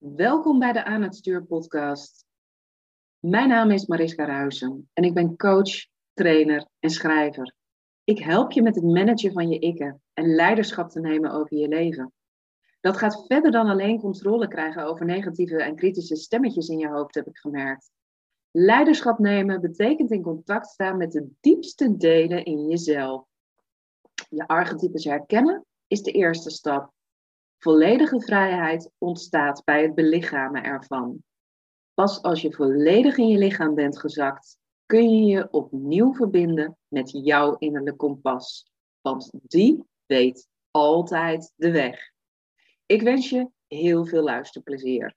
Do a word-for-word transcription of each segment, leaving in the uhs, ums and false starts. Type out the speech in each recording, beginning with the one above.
Welkom bij de Aan het Stuur podcast. Mijn naam is Mariska Ruijsen en ik ben coach, trainer en schrijver. Ik help je met het managen van je ikken en leiderschap te nemen over je leven. Dat gaat verder dan alleen controle krijgen over negatieve en kritische stemmetjes in je hoofd, heb ik gemerkt. Leiderschap nemen betekent in contact staan met de diepste delen in jezelf. Je archetypes herkennen is de eerste stap. Volledige vrijheid ontstaat bij het belichamen ervan. Pas als je volledig in je lichaam bent gezakt, kun je je opnieuw verbinden met jouw innerlijke kompas. Want die weet altijd de weg. Ik wens je heel veel luisterplezier.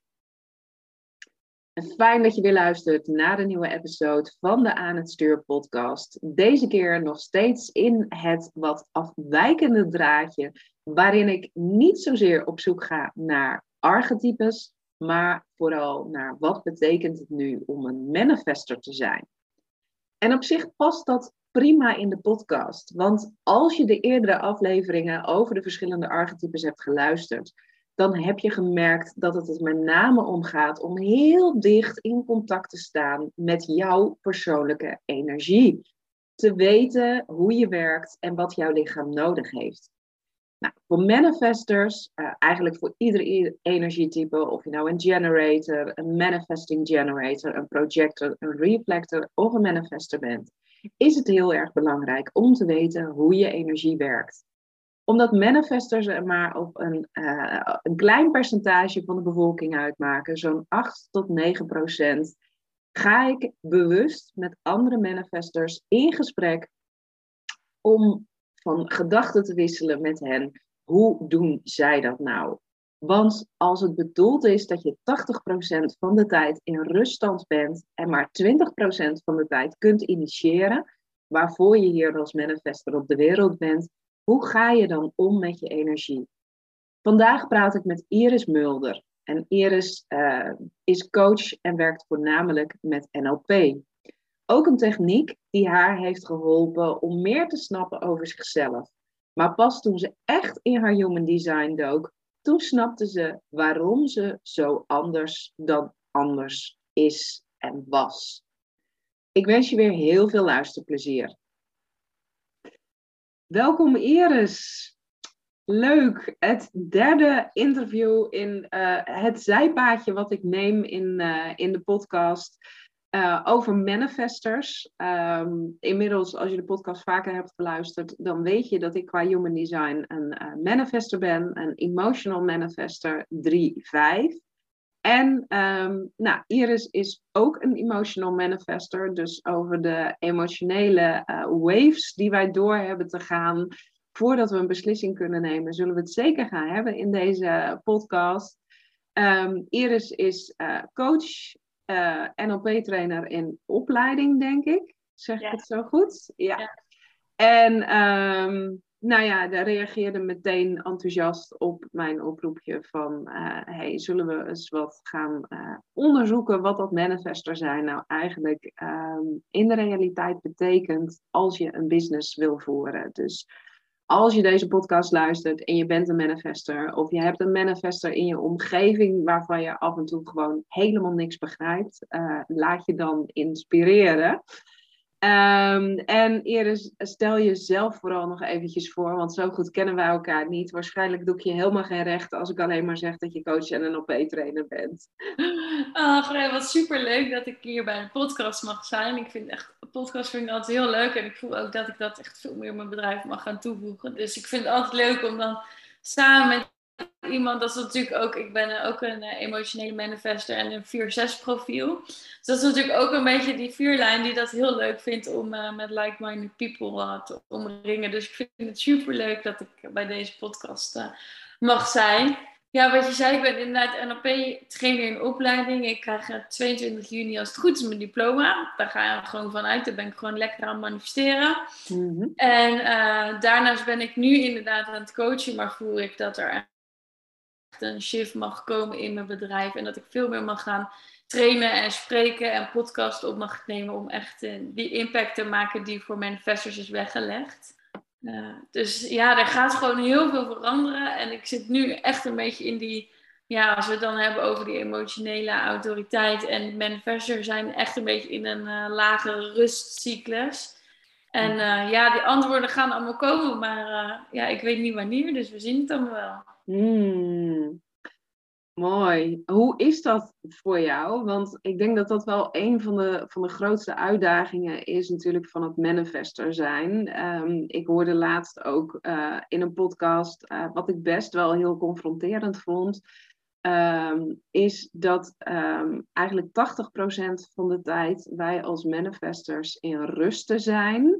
En fijn dat je weer luistert naar de nieuwe episode van de Aan het Stuur podcast. Deze keer nog steeds in het wat afwijkende draadje, waarin ik niet zozeer op zoek ga naar archetypes, maar vooral naar wat betekent het nu om een manifester te zijn. En op zich past dat prima in de podcast, want als je de eerdere afleveringen over de verschillende archetypes hebt geluisterd, dan heb je gemerkt dat het er met name om gaat om heel dicht in contact te staan met jouw persoonlijke energie. Te weten hoe je werkt en wat jouw lichaam nodig heeft. Nou, voor manifestors, uh, eigenlijk voor ieder energietype, of je nou een generator, een manifesting generator, een projector, een reflector of een manifester bent, is het heel erg belangrijk om te weten hoe je energie werkt. Omdat manifestors er maar op een, uh, een klein percentage van de bevolking uitmaken, zo'n acht tot negen procent, ga ik bewust met andere manifestors in gesprek om van gedachten te wisselen met hen. Hoe doen zij dat nou? Want als het bedoeld is dat je tachtig procent van de tijd in ruststand bent en maar twintig procent van de tijd kunt initiëren, waarvoor je hier als manifestor op de wereld bent, hoe ga je dan om met je energie? Vandaag praat ik met Iris Mulder. En Iris uh, is coach en werkt voornamelijk met N L P. Ook een techniek die haar heeft geholpen om meer te snappen over zichzelf. Maar pas toen ze echt in haar human design dook, toen snapte ze waarom ze zo anders dan anders is en was. Ik wens je weer heel veel luisterplezier. Welkom Iris. Leuk. Het derde interview in uh, het zijpaadje wat ik neem in, uh, in de podcast uh, over manifestors. Um, inmiddels, als je de podcast vaker hebt geluisterd, dan weet je dat ik qua human design een uh, manifester ben, een emotional manifester drie vijf. En um, nou, Iris is ook een emotional manifester, dus over de emotionele uh, waves die wij door hebben te gaan voordat we een beslissing kunnen nemen, zullen we het zeker gaan hebben in deze podcast. Um, Iris is uh, coach, uh, N L P-trainer in opleiding, denk ik. Zeg ja. ik het zo goed? Ja. ja. En um, nou ja, daar reageerde meteen enthousiast op mijn oproepje van, uh, hey, zullen we eens wat gaan uh, onderzoeken wat dat manifester zijn nou eigenlijk um, in de realiteit betekent als je een business wil voeren. Dus als je deze podcast luistert en je bent een manifester of je hebt een manifester in je omgeving waarvan je af en toe gewoon helemaal niks begrijpt, uh, laat je dan inspireren. Um, en Iris, stel jezelf vooral nog eventjes voor, want zo goed kennen wij elkaar niet. Waarschijnlijk doe ik je helemaal geen recht als ik alleen maar zeg dat je coach en een N L P-trainer bent. Oh, nee, wat superleuk dat ik hier bij een podcast mag zijn. Ik vind echt, een podcast vind ik altijd heel leuk en ik voel ook dat ik dat echt veel meer in mijn bedrijf mag gaan toevoegen. Dus ik vind het altijd leuk om dan samen met iemand, dat is natuurlijk ook, ik ben ook een uh, emotionele manifester en een vier zes profiel. Dus dat is natuurlijk ook een beetje die vierlijn die dat heel leuk vindt om uh, met like-minded people uh, te omringen. Dus ik vind het super leuk dat ik bij deze podcast uh, mag zijn. Ja, wat je zei, ik ben inderdaad N L P-trainer in opleiding. Ik krijg uh, tweeëntwintig juni als het goed is mijn diploma. Daar ga je gewoon vanuit. Daar ben ik gewoon lekker aan manifesteren. Mm-hmm. En uh, daarnaast ben ik nu inderdaad aan het coachen, maar voel ik dat er een shift mag komen in mijn bedrijf en dat ik veel meer mag gaan trainen en spreken en podcast op mag nemen om echt uh, die impact te maken die voor manifestors is weggelegd. Uh, dus ja, er gaat gewoon heel veel veranderen en ik zit nu echt een beetje in die ja, als we het dan hebben over die emotionele autoriteit en manifestors zijn echt een beetje in een uh, lage rustcyclus. En uh, ja, die antwoorden gaan allemaal komen, maar uh, ja, ik weet niet wanneer, dus we zien het allemaal wel. Hmm, mooi. Hoe is dat voor jou? Want ik denk dat dat wel een van de, van de grootste uitdagingen is natuurlijk van het manifester zijn. Um, ik hoorde laatst ook uh, in een podcast, uh, wat ik best wel heel confronterend vond, um, is dat um, eigenlijk tachtig procent van de tijd wij als manifestors in rusten zijn.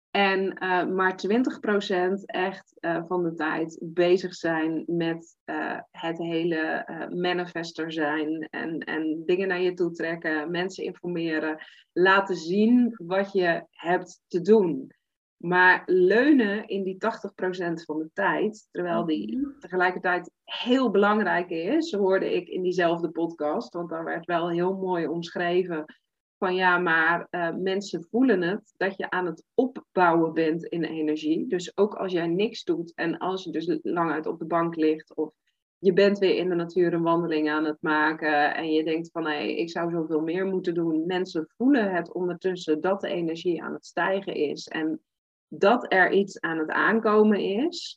En uh, maar twintig procent echt uh, van de tijd bezig zijn met uh, het hele uh, manifester zijn. En, en dingen naar je toe trekken, mensen informeren, laten zien wat je hebt te doen. Maar leunen in die tachtig procent van de tijd, terwijl die tegelijkertijd heel belangrijk is, hoorde ik in diezelfde podcast, want daar werd wel heel mooi omschreven. Van ja, maar uh, mensen voelen het dat je aan het opbouwen bent in energie. Dus ook als jij niks doet en als je dus lang uit op de bank ligt of je bent weer in de natuur een wandeling aan het maken en je denkt van hé, hey, ik zou zoveel meer moeten doen. Mensen voelen het ondertussen dat de energie aan het stijgen is en dat er iets aan het aankomen is.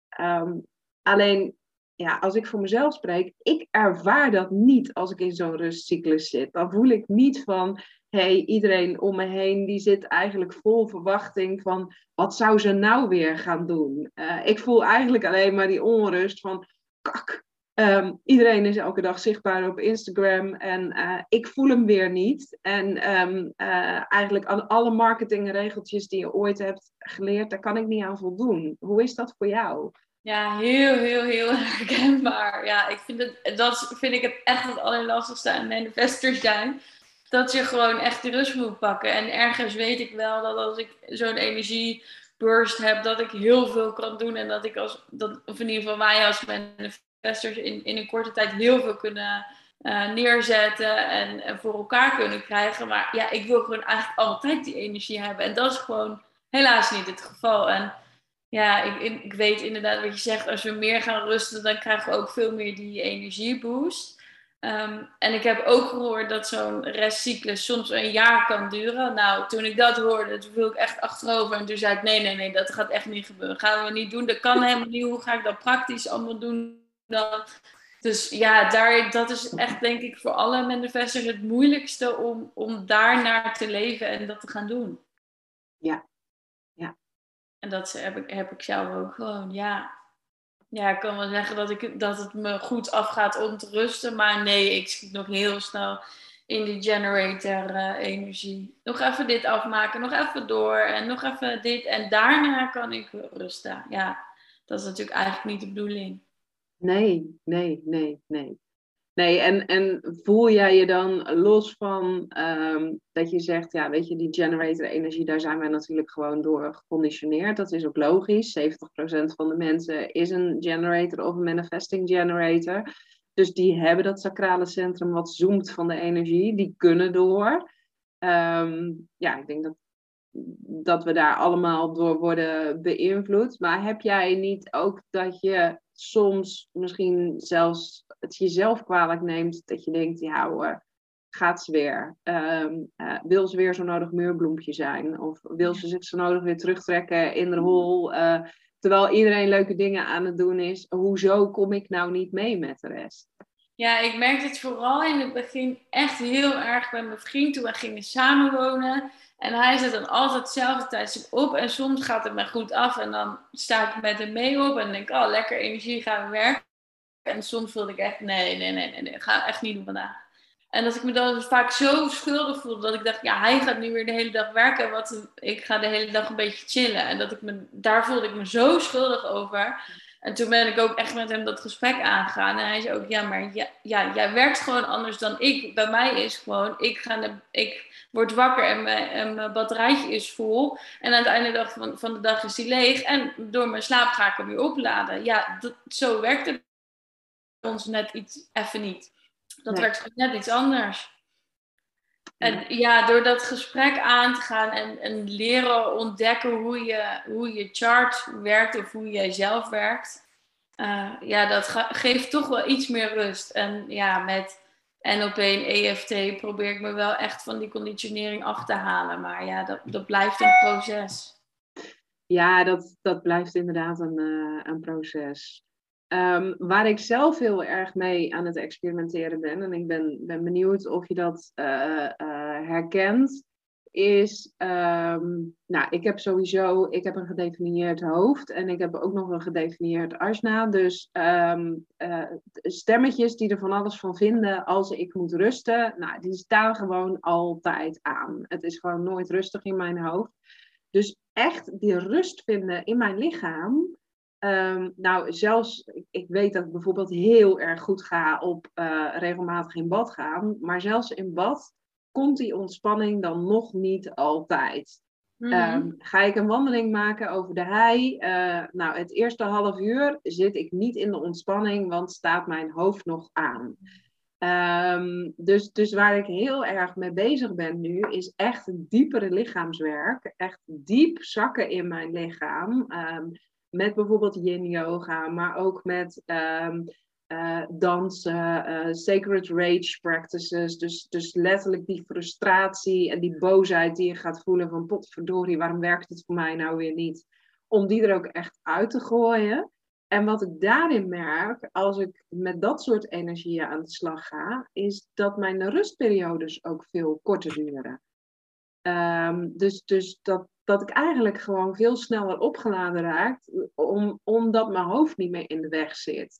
Um, alleen, ja, als ik voor mezelf spreek, ik ervaar dat niet als ik in zo'n rustcyclus zit. Dan voel ik niet van, hé, hey, iedereen om me heen, die zit eigenlijk vol verwachting van, wat zou ze nou weer gaan doen? Uh, ik voel eigenlijk alleen maar die onrust van, kak, um, iedereen is elke dag zichtbaar op Instagram en uh, ik voel hem weer niet. En um, uh, eigenlijk aan alle marketingregeltjes die je ooit hebt geleerd, daar kan ik niet aan voldoen. Hoe is dat voor jou? Ja, heel, heel, heel herkenbaar. Ja, ik vind het, dat vind ik het echt het allerlastigste aan manifestors zijn. Dat je gewoon echt de rust moet pakken. En ergens weet ik wel dat als ik zo'n energieburst heb, dat ik heel veel kan doen. En dat ik als, dat, of in ieder geval wij als manifestors in, in een korte tijd heel veel kunnen uh, neerzetten en, en voor elkaar kunnen krijgen. Maar ja, ik wil gewoon eigenlijk altijd die energie hebben. En dat is gewoon helaas niet het geval. En ja, ik, ik weet inderdaad wat je zegt. Als we meer gaan rusten, dan krijgen we ook veel meer die energieboost. Um, en ik heb ook gehoord dat zo'n restcyclus soms een jaar kan duren. Nou, toen ik dat hoorde, toen viel ik echt achterover. En toen zei ik, nee, nee, nee, dat gaat echt niet gebeuren. Gaan we niet doen. Dat kan helemaal niet. Hoe ga ik dat praktisch allemaal doen dan? Dus ja, daar, dat is echt, denk ik, voor alle manifestors het moeilijkste om, om daar naar te leven en dat te gaan doen. Ja. En dat heb ik, heb ik zelf ook gewoon, ja. Ja, ik kan wel zeggen dat, ik, dat het me goed afgaat om te rusten. Maar nee, ik schiet nog heel snel in die generator uh, energie. Nog even dit afmaken, nog even door en nog even dit. En daarna kan ik rusten. Ja, dat is natuurlijk eigenlijk niet de bedoeling. Nee, nee, nee, nee. Nee, en, en voel jij je dan los van um, dat je zegt, ja, weet je, die generator energie, daar zijn wij natuurlijk gewoon door geconditioneerd. Dat is ook logisch. zeventig procent van de mensen is een generator of een manifesting generator. Dus die hebben dat sacrale centrum wat zoomt van de energie. Die kunnen door. Um, ja, ik denk dat, dat we daar allemaal door worden beïnvloed. Maar heb jij niet ook dat je soms misschien zelfs het jezelf kwalijk neemt, dat je denkt, ja hoor, gaat ze weer. Um, uh, wil ze weer zo nodig muurbloempje zijn? Of wil ze zich zo nodig weer terugtrekken in de hol? Uh, terwijl iedereen leuke dingen aan het doen is. Hoezo kom ik nou niet mee met de rest? Ja, ik merkte het vooral in het begin echt heel erg bij mijn vriend toen we gingen samenwonen. En hij zet dan altijd hetzelfde tijdstip op. En soms gaat het me goed af. En dan sta ik met hem mee op. En denk ik, oh, lekker energie, gaan we werken. En soms voelde ik echt, nee, nee, nee, nee, nee, ga echt niet doen vandaag. En dat ik me dan vaak zo schuldig voelde. Dat ik dacht, ja, hij gaat nu weer de hele dag werken. Wat, ik ga de hele dag een beetje chillen. En dat ik me, daar voelde ik me zo schuldig over. En toen ben ik ook echt met hem dat gesprek aangegaan. En hij zei ook, ja, maar ja, ja, jij werkt gewoon anders dan ik. Bij mij is gewoon, ik, ga de, ik word wakker en mijn, en mijn batterijtje is vol. En aan het einde van, van de dag is die leeg. En door mijn slaap ga ik hem weer opladen. Ja, dat, zo werkt het bij ons net iets even niet. Dat nee. werkt net iets anders. En ja, door dat gesprek aan te gaan en, en leren ontdekken hoe je, hoe je chart werkt of hoe jij zelf werkt. uh, ja, dat ga- geeft toch wel iets meer rust. En ja, met N L P en E F T probeer ik me wel echt van die conditionering af te halen. Maar ja, dat, dat blijft een proces. Ja, dat, dat blijft inderdaad een, uh, een proces. Um, waar ik zelf heel erg mee aan het experimenteren ben, en ik ben, ben benieuwd of je dat uh, uh, herkent, is, um, nou, ik heb sowieso, ik heb een gedefinieerd hoofd en ik heb ook nog een gedefinieerd asana. Dus um, uh, stemmetjes die er van alles van vinden als ik moet rusten, nou, die staan gewoon altijd aan. Het is gewoon nooit rustig in mijn hoofd. Dus echt die rust vinden in mijn lichaam. Um, nou, zelfs, ik, ik weet dat ik bijvoorbeeld heel erg goed ga op uh, regelmatig in bad gaan. Maar zelfs in bad komt die ontspanning dan nog niet altijd. Mm-hmm. Um, ga ik een wandeling maken over de hei. Uh, nou, het eerste half uur zit ik niet in de ontspanning, want staat mijn hoofd nog aan. Um, dus, dus waar ik heel erg mee bezig ben nu, is echt diepere lichaamswerk. Echt diep zakken in mijn lichaam. Um, met bijvoorbeeld yin yoga, maar ook met um, uh, dansen, uh, sacred rage practices. Dus, dus letterlijk die frustratie en die boosheid die je gaat voelen van potverdorie, waarom werkt het voor mij nou weer niet? Om die er ook echt uit te gooien. En wat ik daarin merk, als ik met dat soort energieën aan de slag ga, is dat mijn rustperiodes ook veel korter duren. Um, dus dus dat, dat ik eigenlijk gewoon veel sneller opgeladen raak, om, omdat mijn hoofd niet meer in de weg zit.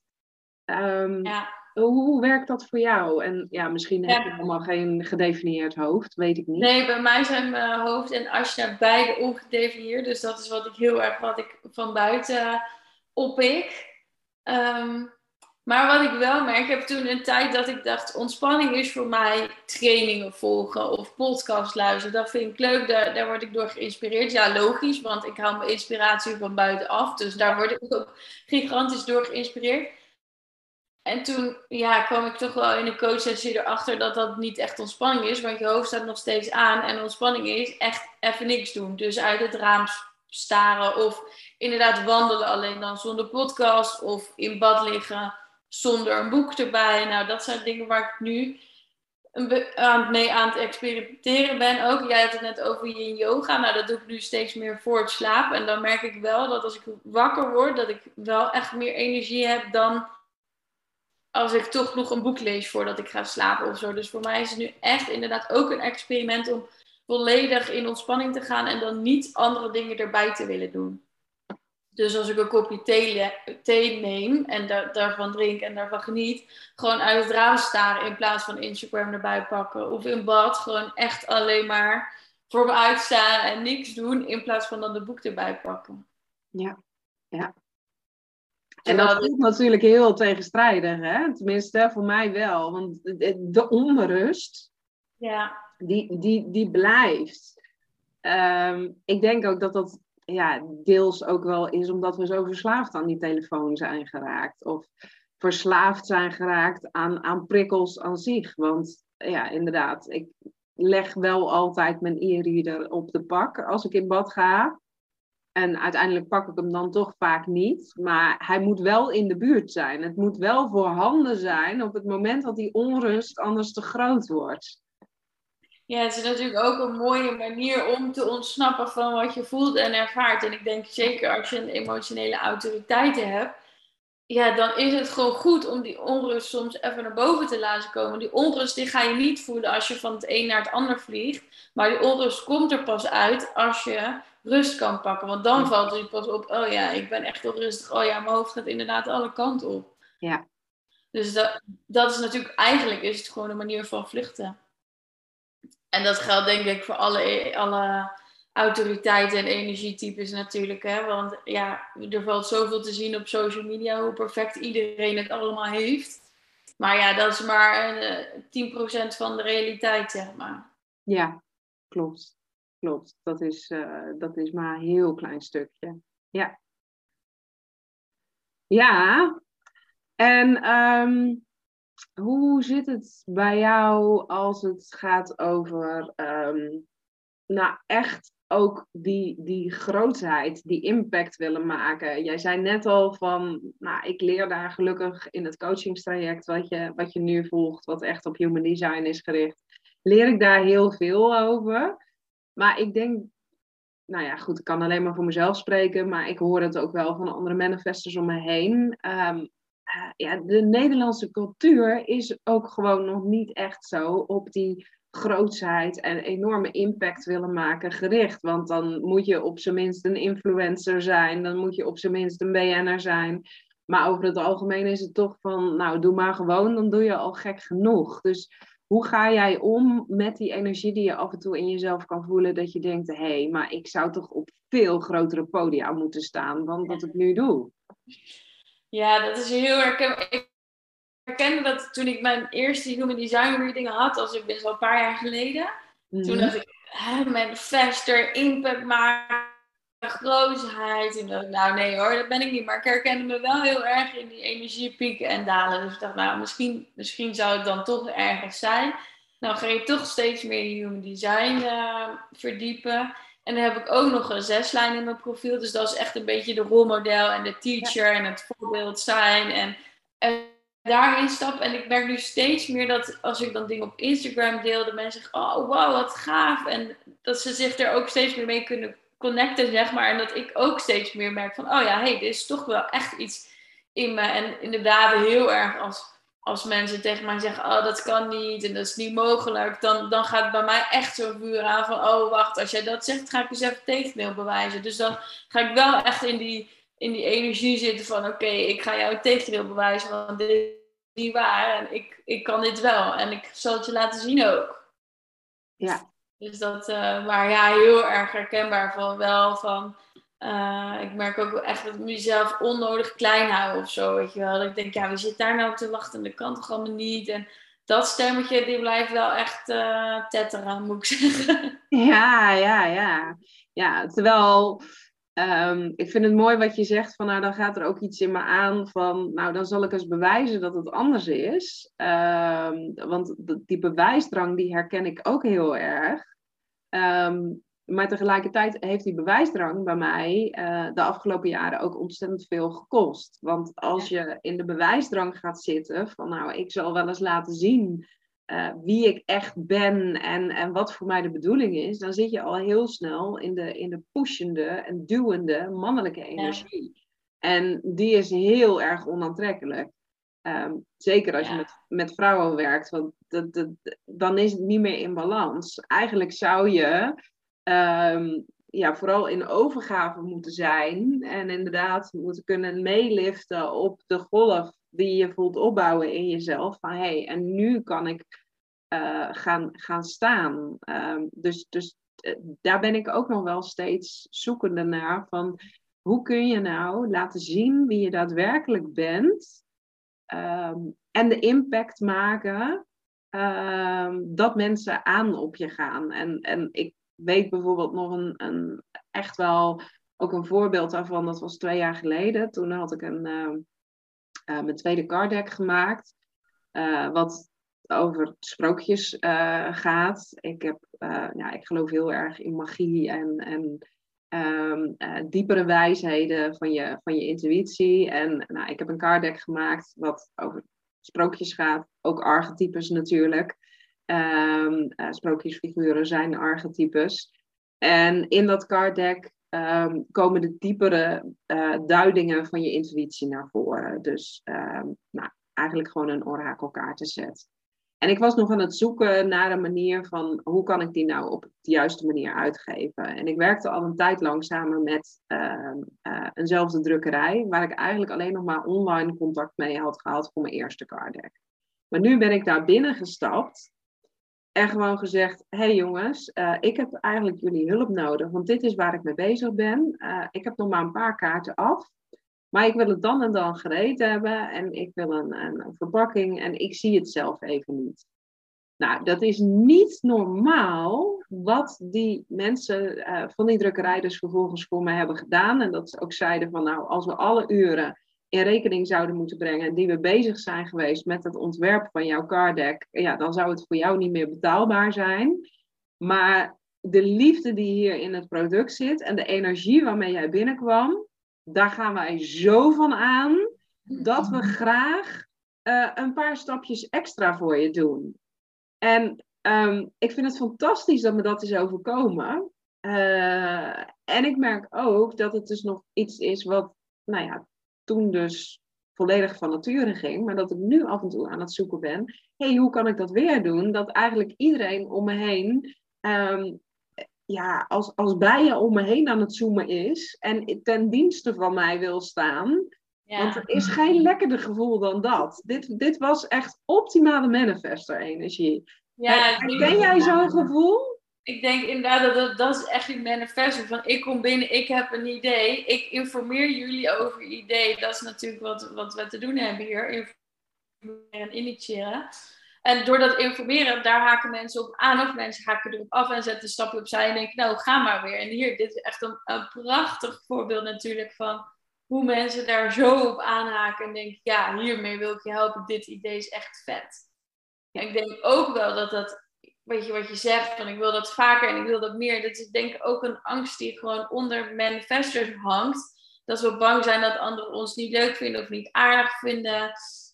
Um, ja. hoe, hoe werkt dat voor jou? En ja, misschien ja. heb je helemaal geen gedefinieerd hoofd, weet ik niet. Nee, bij mij zijn mijn hoofd en asana beide ongedefinieerd. Dus dat is wat ik heel erg, wat ik van buiten oppik. Um, maar wat ik wel merk, ik heb toen een tijd dat ik dacht, ontspanning is voor mij trainingen volgen of podcast luisteren. Dat vind ik leuk, daar, daar word ik door geïnspireerd. Ja, logisch, want ik haal mijn inspiratie van buitenaf. Dus daar word ik ook gigantisch door geïnspireerd. En toen ja, kwam ik toch wel in de coachsessie erachter dat dat niet echt ontspanning is. Want je hoofd staat nog steeds aan. En ontspanning is echt even niks doen. Dus uit het raam staren of inderdaad wandelen alleen dan zonder podcast. Of in bad liggen zonder een boek erbij. Nou, dat zijn dingen waar ik nu mee aan het experimenteren ben. Ook, jij had het net over yin yoga. Nou, dat doe ik nu steeds meer voor het slapen. En dan merk ik wel dat als ik wakker word, dat ik wel echt meer energie heb dan als ik toch nog een boek lees voordat ik ga slapen of zo. Dus voor mij is het nu echt inderdaad ook een experiment om volledig in ontspanning te gaan en dan niet andere dingen erbij te willen doen. Dus als ik een kopje thee, thee neem en da- daarvan drink en daarvan geniet, gewoon uit het raam staren in plaats van Instagram erbij pakken. Of in bad gewoon echt alleen maar voor me uitstaan en niks doen in plaats van dan de boek erbij pakken. Ja, ja. En dat voelt natuurlijk heel tegenstrijdig, hè? Tenminste, voor mij wel. Want de onrust, ja. die, die, die blijft. Um, ik denk ook dat dat ja, deels ook wel is omdat we zo verslaafd aan die telefoon zijn geraakt. Of verslaafd zijn geraakt aan, aan prikkels aan zich. Want ja, inderdaad, ik leg wel altijd mijn e-reader op de pak als ik in bad ga. En uiteindelijk pak ik hem dan toch vaak niet. Maar hij moet wel in de buurt zijn. Het moet wel voorhanden zijn op het moment dat die onrust anders te groot wordt. Ja, het is natuurlijk ook een mooie manier om te ontsnappen van wat je voelt en ervaart. En ik denk zeker als je een emotionele autoriteit hebt, ja, dan is het gewoon goed om die onrust soms even naar boven te laten komen. Die onrust die ga je niet voelen als je van het een naar het ander vliegt. Maar die onrust komt er pas uit als je rust kan pakken. Want dan valt het pas op, oh ja, ik ben echt onrustig. Oh ja, mijn hoofd gaat inderdaad alle kanten op. Ja. Dus dat, dat is natuurlijk, eigenlijk is het gewoon een manier van vluchten. En dat geldt denk ik voor alle, alle autoriteiten en energietypes natuurlijk. Hè? Want ja, er valt zoveel te zien op social media hoe perfect iedereen het allemaal heeft. Maar ja, dat is maar uh, tien procent van de realiteit, zeg maar. Ja, klopt. Klopt. Dat is, uh, dat is maar een heel klein stukje. Ja. Ja. En um, hoe zit het bij jou als het gaat over um, nou echt ook die, die grootheid, die impact willen maken. Jij zei net al van, nou, ik leer daar gelukkig in het coachingstraject wat je, wat je nu volgt, wat echt op human design is gericht, leer ik daar heel veel over. Maar ik denk, nou ja, goed, ik kan alleen maar voor mezelf spreken, maar ik hoor het ook wel van andere manifestors om me heen. Um, uh, ja, de Nederlandse cultuur is ook gewoon nog niet echt zo op die grootsheid en enorme impact willen maken gericht. Want dan moet je op zijn minst een influencer zijn, dan moet je op zijn minst een B N'er zijn. Maar over het algemeen is het toch van, nou, doe maar gewoon, dan doe je al gek genoeg. Dus hoe ga jij om met die energie die je af en toe in jezelf kan voelen, dat je denkt, hé, hey, maar ik zou toch op veel grotere podia moeten staan dan dat ik nu doe? Ja, dat is heel erg. Ik herkende dat toen ik mijn eerste human design reading had, als ik best wel een paar jaar geleden. Mm-hmm. Toen dacht ik, manifester, impact maken, grootheid. En dacht, nou nee hoor, dat ben ik niet. Maar ik herkende me wel heel erg in die energiepieken en dalen. Dus ik dacht, nou misschien, misschien zou het dan toch ergens zijn. Nou ga je toch steeds meer in human design uh, verdiepen. En dan heb ik ook nog een zeslijn in mijn profiel. Dus dat is echt een beetje de rolmodel en de teacher en het voorbeeld zijn. En, en daarin stap. En ik merk nu steeds meer dat als ik dan dingen op Instagram deel, dat mensen zeggen, oh wow, wat gaaf. En dat ze zich er ook steeds meer mee kunnen connecten, zeg maar. En dat ik ook steeds meer merk van, oh ja, hé, hey, dit is toch wel echt iets in me. En inderdaad heel erg als, als mensen tegen mij zeggen, oh, dat kan niet en dat is niet mogelijk. Dan, dan gaat bij mij echt zo'n vuur aan van, oh, wacht, als jij dat zegt, ga ik eens even tegendeel bewijzen. Dus dan ga ik wel echt in die, in die energie zitten van, oké, okay, ik ga jou het tegendeel bewijzen, want dit is niet waar. En ik, ik kan dit wel. En ik zal het je laten zien ook. Ja. Dus dat, uh, maar ja, heel erg herkenbaar van wel van, uh, ik merk ook echt dat ik mezelf onnodig klein hou of zo, weet je wel. Dat ik denk, ja, wie zit daar nou op te wachten? Dat kan toch allemaal niet? En dat stemmetje, die blijft wel echt uh, tetteren, moet ik zeggen. Ja, ja, ja. Ja, terwijl, um, ik vind het mooi wat je zegt van, nou, dan gaat er ook iets in me aan van, nou, dan zal ik eens bewijzen dat het anders is. Um, want die bewijsdrang, die herken ik ook heel erg. Um, maar tegelijkertijd heeft die bewijsdrang bij mij uh, de afgelopen jaren ook ontzettend veel gekost. Want als je in de bewijsdrang gaat zitten van, nou, ik zal wel eens laten zien uh, wie ik echt ben en, en wat voor mij de bedoeling is, dan zit je al heel snel in de, in de pushende en duwende mannelijke energie. Ja. En die is heel erg onaantrekkelijk. Um, zeker als ja. je met, met vrouwen werkt, want dat, dat, dan is het niet meer in balans. Eigenlijk zou je um, ja, vooral in overgave moeten zijn en inderdaad moeten kunnen meeliften op de golf die je voelt opbouwen in jezelf. Van hé, hey, en nu kan ik uh, gaan, gaan staan. Um, dus dus uh, daar ben ik ook nog wel steeds zoekende naar van hoe kun je nou laten zien wie je daadwerkelijk bent. Um, en de impact maken um, dat mensen aan op je gaan. En, en ik weet bijvoorbeeld nog een, een echt wel ook een voorbeeld daarvan. Dat was twee jaar geleden. Toen had ik een, uh, uh, mijn tweede card deck gemaakt. Uh, wat over sprookjes uh, gaat. Ik, heb, uh, ja, ik geloof heel erg in magie en... en Um, uh, diepere wijsheden van je, van je intuïtie. En nou, ik heb een card deck gemaakt wat over sprookjes gaat. Ook archetypes natuurlijk. Um, uh, sprookjesfiguren zijn archetypes. En in dat card deck um, komen de diepere uh, duidingen van je intuïtie naar voren. Dus um, nou, eigenlijk gewoon een orakelkaartenset. En ik was nog aan het zoeken naar een manier van hoe kan ik die nou op de juiste manier uitgeven. En ik werkte al een tijd lang samen met uh, uh, eenzelfde drukkerij, waar ik eigenlijk alleen nog maar online contact mee had gehad voor mijn eerste card deck. Maar nu ben ik daar binnen gestapt en gewoon gezegd, hé hey jongens, uh, ik heb eigenlijk jullie hulp nodig, want dit is waar ik mee bezig ben. Uh, ik heb nog maar een paar kaarten af. Maar ik wil het dan en dan gereed hebben en ik wil een, een, een verpakking en ik zie het zelf even niet. Nou, dat is niet normaal wat die mensen uh, van die drukkerij dus vervolgens voor mij hebben gedaan. En dat ze ook zeiden van nou, als we alle uren in rekening zouden moeten brengen die we bezig zijn geweest met het ontwerp van jouw card deck, ja, dan zou het voor jou niet meer betaalbaar zijn. Maar de liefde die hier in het product zit en de energie waarmee jij binnenkwam, daar gaan wij zo van aan dat we graag uh, een paar stapjes extra voor je doen. En um, ik vind het fantastisch dat me dat is overkomen. Uh, en ik merk ook dat het dus nog iets is wat, nou ja, toen dus volledig van nature ging, maar dat ik nu af en toe aan het zoeken ben. Hé, hey, hoe kan ik dat weer doen? Dat eigenlijk iedereen om me heen, um, ja, als, als bijen om me heen aan het zoomen is en ten dienste van mij wil staan. Ja. Want er is geen lekkerder gevoel dan dat. Dit, dit was echt optimale manifester-energie. Ja, ken jij zo'n gevoel? Ik denk inderdaad dat dat, dat is echt die manifesting. Van ik kom binnen, ik heb een idee. Ik informeer jullie over idee. Dat is natuurlijk wat, wat we te doen hebben hier. Informeren en initiëren. En door dat informeren, daar haken mensen op aan. Of mensen haken erop af en zetten een stapje opzij. En denken, nou ga maar weer. En hier, dit is echt een, een prachtig voorbeeld natuurlijk van hoe mensen daar zo op aanhaken. En denken, ja, hiermee wil ik je helpen. Dit idee is echt vet. En ik denk ook wel dat dat... Weet je wat je zegt, van ik wil dat vaker en ik wil dat meer. Dat is denk ik ook een angst die gewoon onder manifestors hangt. Dat we bang zijn dat anderen ons niet leuk vinden of niet aardig vinden.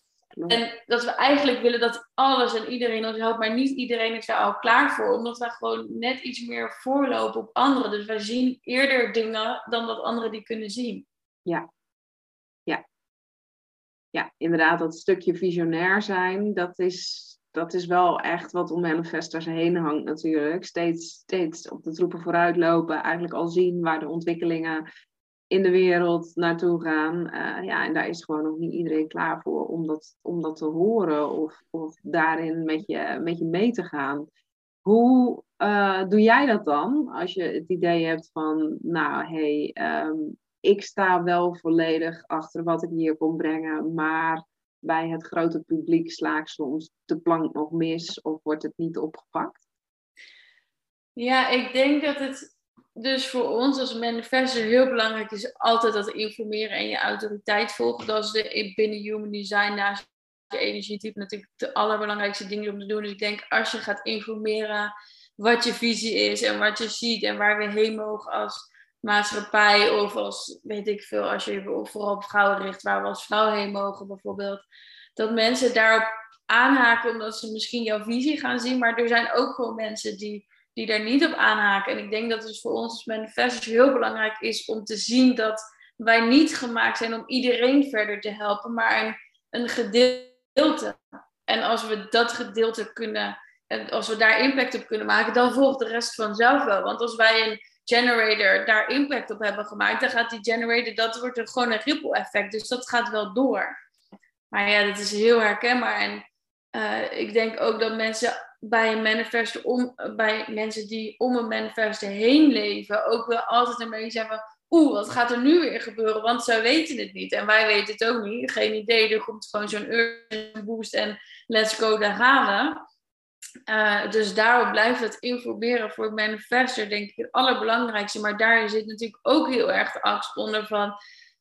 En dat we eigenlijk willen dat alles en iedereen ons helpt. Maar niet iedereen is daar al klaar voor. Omdat we gewoon net iets meer voorlopen op anderen. Dus wij zien eerder dingen dan dat anderen die kunnen zien. Ja. Ja. Ja, inderdaad. Dat stukje visionair zijn, dat is... Dat is wel echt wat om manifestors heen hangt natuurlijk. Steeds, steeds op de troepen vooruit lopen. Eigenlijk al zien waar de ontwikkelingen in de wereld naartoe gaan. Uh, ja, en daar is gewoon nog niet iedereen klaar voor om dat, om dat te horen. Of, of daarin met je, met je mee te gaan. Hoe uh, doe jij dat dan? Als je het idee hebt van, nou hé, hey, um, ik sta wel volledig achter wat ik hier kom brengen. Maar... bij het grote publiek sla ik soms de plank nog mis of wordt het niet opgepakt? Ja, ik denk dat het dus voor ons als manifestor heel belangrijk is altijd dat informeren en je autoriteit volgen. Dat is de, binnen Human Design naast je energietype natuurlijk de allerbelangrijkste dingen om te doen. Dus ik denk als je gaat informeren wat je visie is en wat je ziet en waar we heen mogen als maatschappij of als, weet ik veel, als je je vooral op vrouwen richt, waar we als vrouw heen mogen bijvoorbeeld. Dat mensen daarop aanhaken omdat ze misschien jouw visie gaan zien, maar er zijn ook gewoon mensen die, die daar niet op aanhaken. En ik denk dat het dus voor ons als manifestors heel belangrijk is om te zien dat wij niet gemaakt zijn om iedereen verder te helpen, maar een, een gedeelte. En als we dat gedeelte kunnen, en als we daar impact op kunnen maken, dan volgt de rest vanzelf wel. Want als wij een generator daar impact op hebben gemaakt, dan gaat die generator, dat wordt er gewoon een ripple effect. Dus dat gaat wel door. Maar ja, dat is heel herkenbaar. En uh, ik denk ook dat mensen bij een manifesto, om, bij mensen die om een manifesto heen leven, ook wel altijd een beetje zeggen van, oeh, wat gaat er nu weer gebeuren? Want zij weten het niet. En wij weten het ook niet. Geen idee. Er komt gewoon zo'n urgent boost en let's go, daar gaan we. Uh, dus daarom blijft het informeren voor het manifestor denk ik het allerbelangrijkste. Maar daar zit natuurlijk ook heel erg de angst onder van...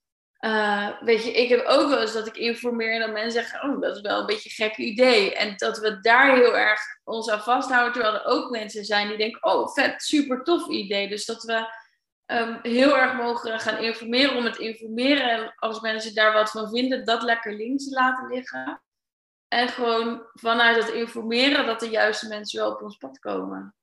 Uh, weet je, ik heb ook wel eens dat ik informeer en dat mensen zeggen... oh, dat is wel een beetje een gek idee. En dat we daar heel erg ons aan vasthouden. Terwijl er ook mensen zijn die denken... oh, vet, super tof idee. Dus dat we um, heel erg mogen gaan informeren om het informeren. En als mensen daar wat van vinden, dat lekker links laten liggen. En gewoon vanuit het informeren dat de juiste mensen wel op ons pad komen.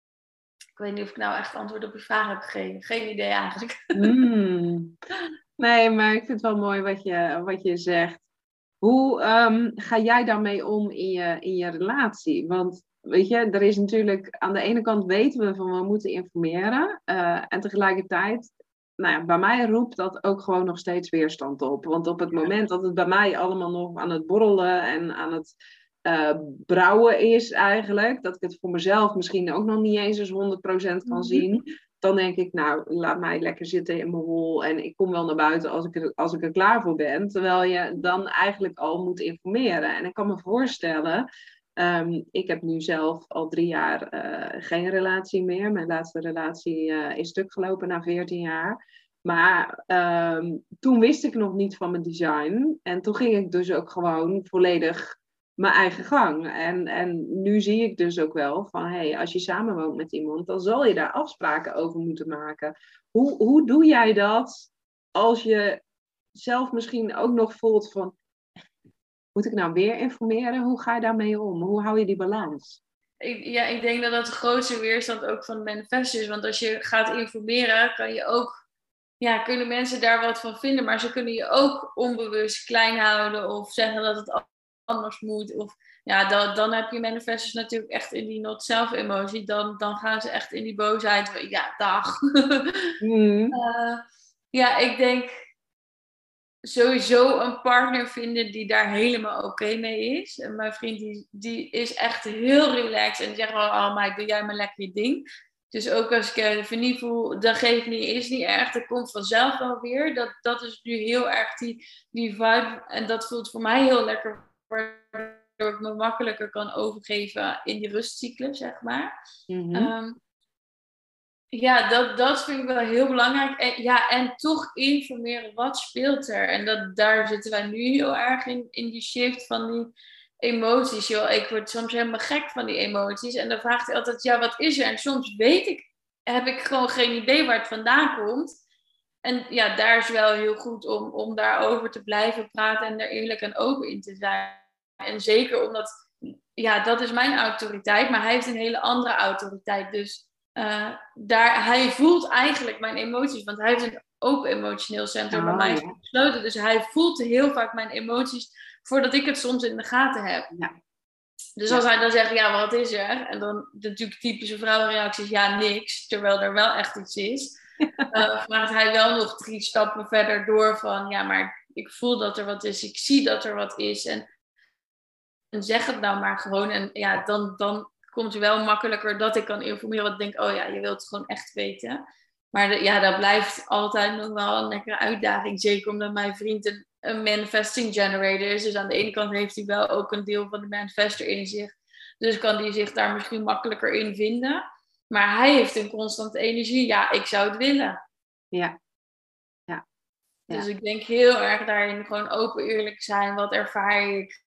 Ik weet niet of ik nou echt antwoord op je vraag heb gegeven. Geen idee eigenlijk. Mm. Nee, maar ik vind het wel mooi wat je, wat je zegt. Hoe um, ga jij daarmee om in je, in je relatie? Want weet je, er is natuurlijk... Aan de ene kant weten we van we moeten informeren. Uh, en tegelijkertijd... Nou ja, bij mij roept dat ook gewoon nog steeds weerstand op. Want op het moment dat het bij mij allemaal nog aan het borrelen en aan het uh, brouwen is eigenlijk, dat ik het voor mezelf misschien ook nog niet eens eens honderd procent kan zien, dan denk ik, nou, laat mij lekker zitten in mijn hol en ik kom wel naar buiten als ik er, als ik er klaar voor ben. Terwijl je dan eigenlijk al moet informeren. En ik kan me voorstellen... Um, ik heb nu zelf al drie jaar uh, geen relatie meer. Mijn laatste relatie uh, is stuk gelopen na veertien jaar. Maar um, toen wist ik nog niet van mijn design. En toen ging ik dus ook gewoon volledig mijn eigen gang. En, en nu zie ik dus ook wel van, hé, hey, als je samenwoont met iemand, dan zal je daar afspraken over moeten maken. Hoe, hoe doe jij dat als je zelf misschien ook nog voelt van, moet ik nou weer informeren? Hoe ga je daarmee om? Hoe hou je die balans? Ik, ja, ik denk dat dat de grootste weerstand ook van het manifest is. Want als je gaat informeren, kan je ook, ja, kunnen mensen daar wat van vinden. Maar ze kunnen je ook onbewust klein houden of zeggen dat het anders moet. Of ja, dan, dan heb je manifestors natuurlijk echt in die not-self emotie. Dan, dan gaan ze echt in die boosheid. Ja, dag. Mm. uh, ja, ik denk sowieso een partner vinden die daar helemaal oké okay mee is. En mijn vriend die, die is echt heel relaxed en zegt wel, oh Mike, doe jij maar lekker je ding. Dus ook als ik even niet voel, dat geeft niet, is niet erg, dat komt vanzelf wel weer. Dat, dat is nu heel erg die, die vibe en dat voelt voor mij heel lekker, waardoor ik me makkelijker kan overgeven in die rustcyclus, zeg maar. Mm-hmm. Um, Ja, dat, dat vind ik wel heel belangrijk. En, ja, en toch informeren, wat speelt er? En dat, daar zitten wij nu heel erg in, in die shift van die emoties. Joh. Ik word soms helemaal gek van die emoties. En dan vraagt hij altijd, ja, wat is er? En soms weet ik, heb ik gewoon geen idee waar het vandaan komt. En ja, daar is wel heel goed om, om daarover te blijven praten en er eerlijk en open in te zijn. En zeker omdat, ja, dat is mijn autoriteit, maar hij heeft een hele andere autoriteit. Dus Uh, daar, hij voelt eigenlijk mijn emoties, want hij heeft een open emotioneel centrum. Bij Oh, mij is ja. het gesloten, dus hij voelt heel vaak mijn emoties voordat ik het soms in de gaten heb. Ja. Dus Ja. als hij dan zegt, ja, wat is er? En dan natuurlijk typische vrouwenreacties, ja, niks, terwijl er wel echt iets is. Uh, vraagt hij wel nog drie stappen verder door van, ja, maar ik voel dat er wat is, ik zie dat er wat is. En, en zeg het nou maar gewoon. En ja, dan... dan komt het wel makkelijker dat ik kan informeren. Want ik denk, oh ja, je wilt het gewoon echt weten. Maar de, ja, dat blijft altijd nog wel een lekkere uitdaging. Zeker omdat mijn vriend een, een manifesting generator is. Dus aan de ene kant heeft hij wel ook een deel van de manifester in zich. Dus kan hij zich daar misschien makkelijker in vinden. Maar hij heeft een constante energie. Ja, ik zou het willen. Ja. Ja. Ja. Dus ik denk heel erg daarin gewoon open eerlijk zijn. Wat ervaar ik?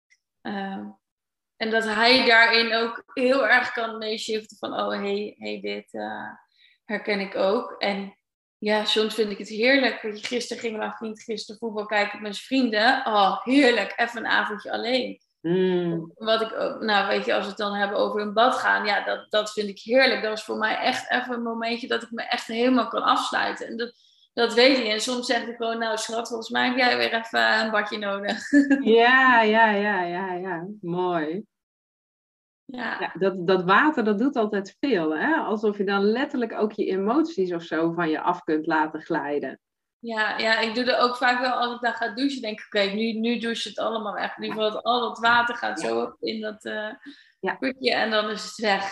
Uh, En dat hij daarin ook heel erg kan meeshiften van, oh, hey, hey dit uh, herken ik ook. En ja, soms vind ik het heerlijk. Weet je, gisteren ging mijn vriend gisteren voetbal kijken met zijn vrienden. Oh, heerlijk, even een avondje alleen. Mm. Wat ik ook, nou weet je, als we het dan hebben over een bad gaan, ja, dat, dat vind ik heerlijk. Dat is voor mij echt even een momentje dat ik me echt helemaal kan afsluiten. En dat, dat weet hij. En soms zeg ik gewoon, nou schat, volgens mij heb jij weer even een badje nodig. Ja, ja, ja, ja, ja. Mooi. Ja. Ja, dat, dat water, dat doet altijd veel, hè? Alsof je dan letterlijk ook je emoties of zo van je af kunt laten glijden. Ja, ja, ik doe er ook vaak wel als ik dan ga douchen. Denk ik, oké, okay, nu, nu douche het allemaal weg. Nu valt al dat water gaat Ja. zo in dat uh, ja. putje en dan is het weg.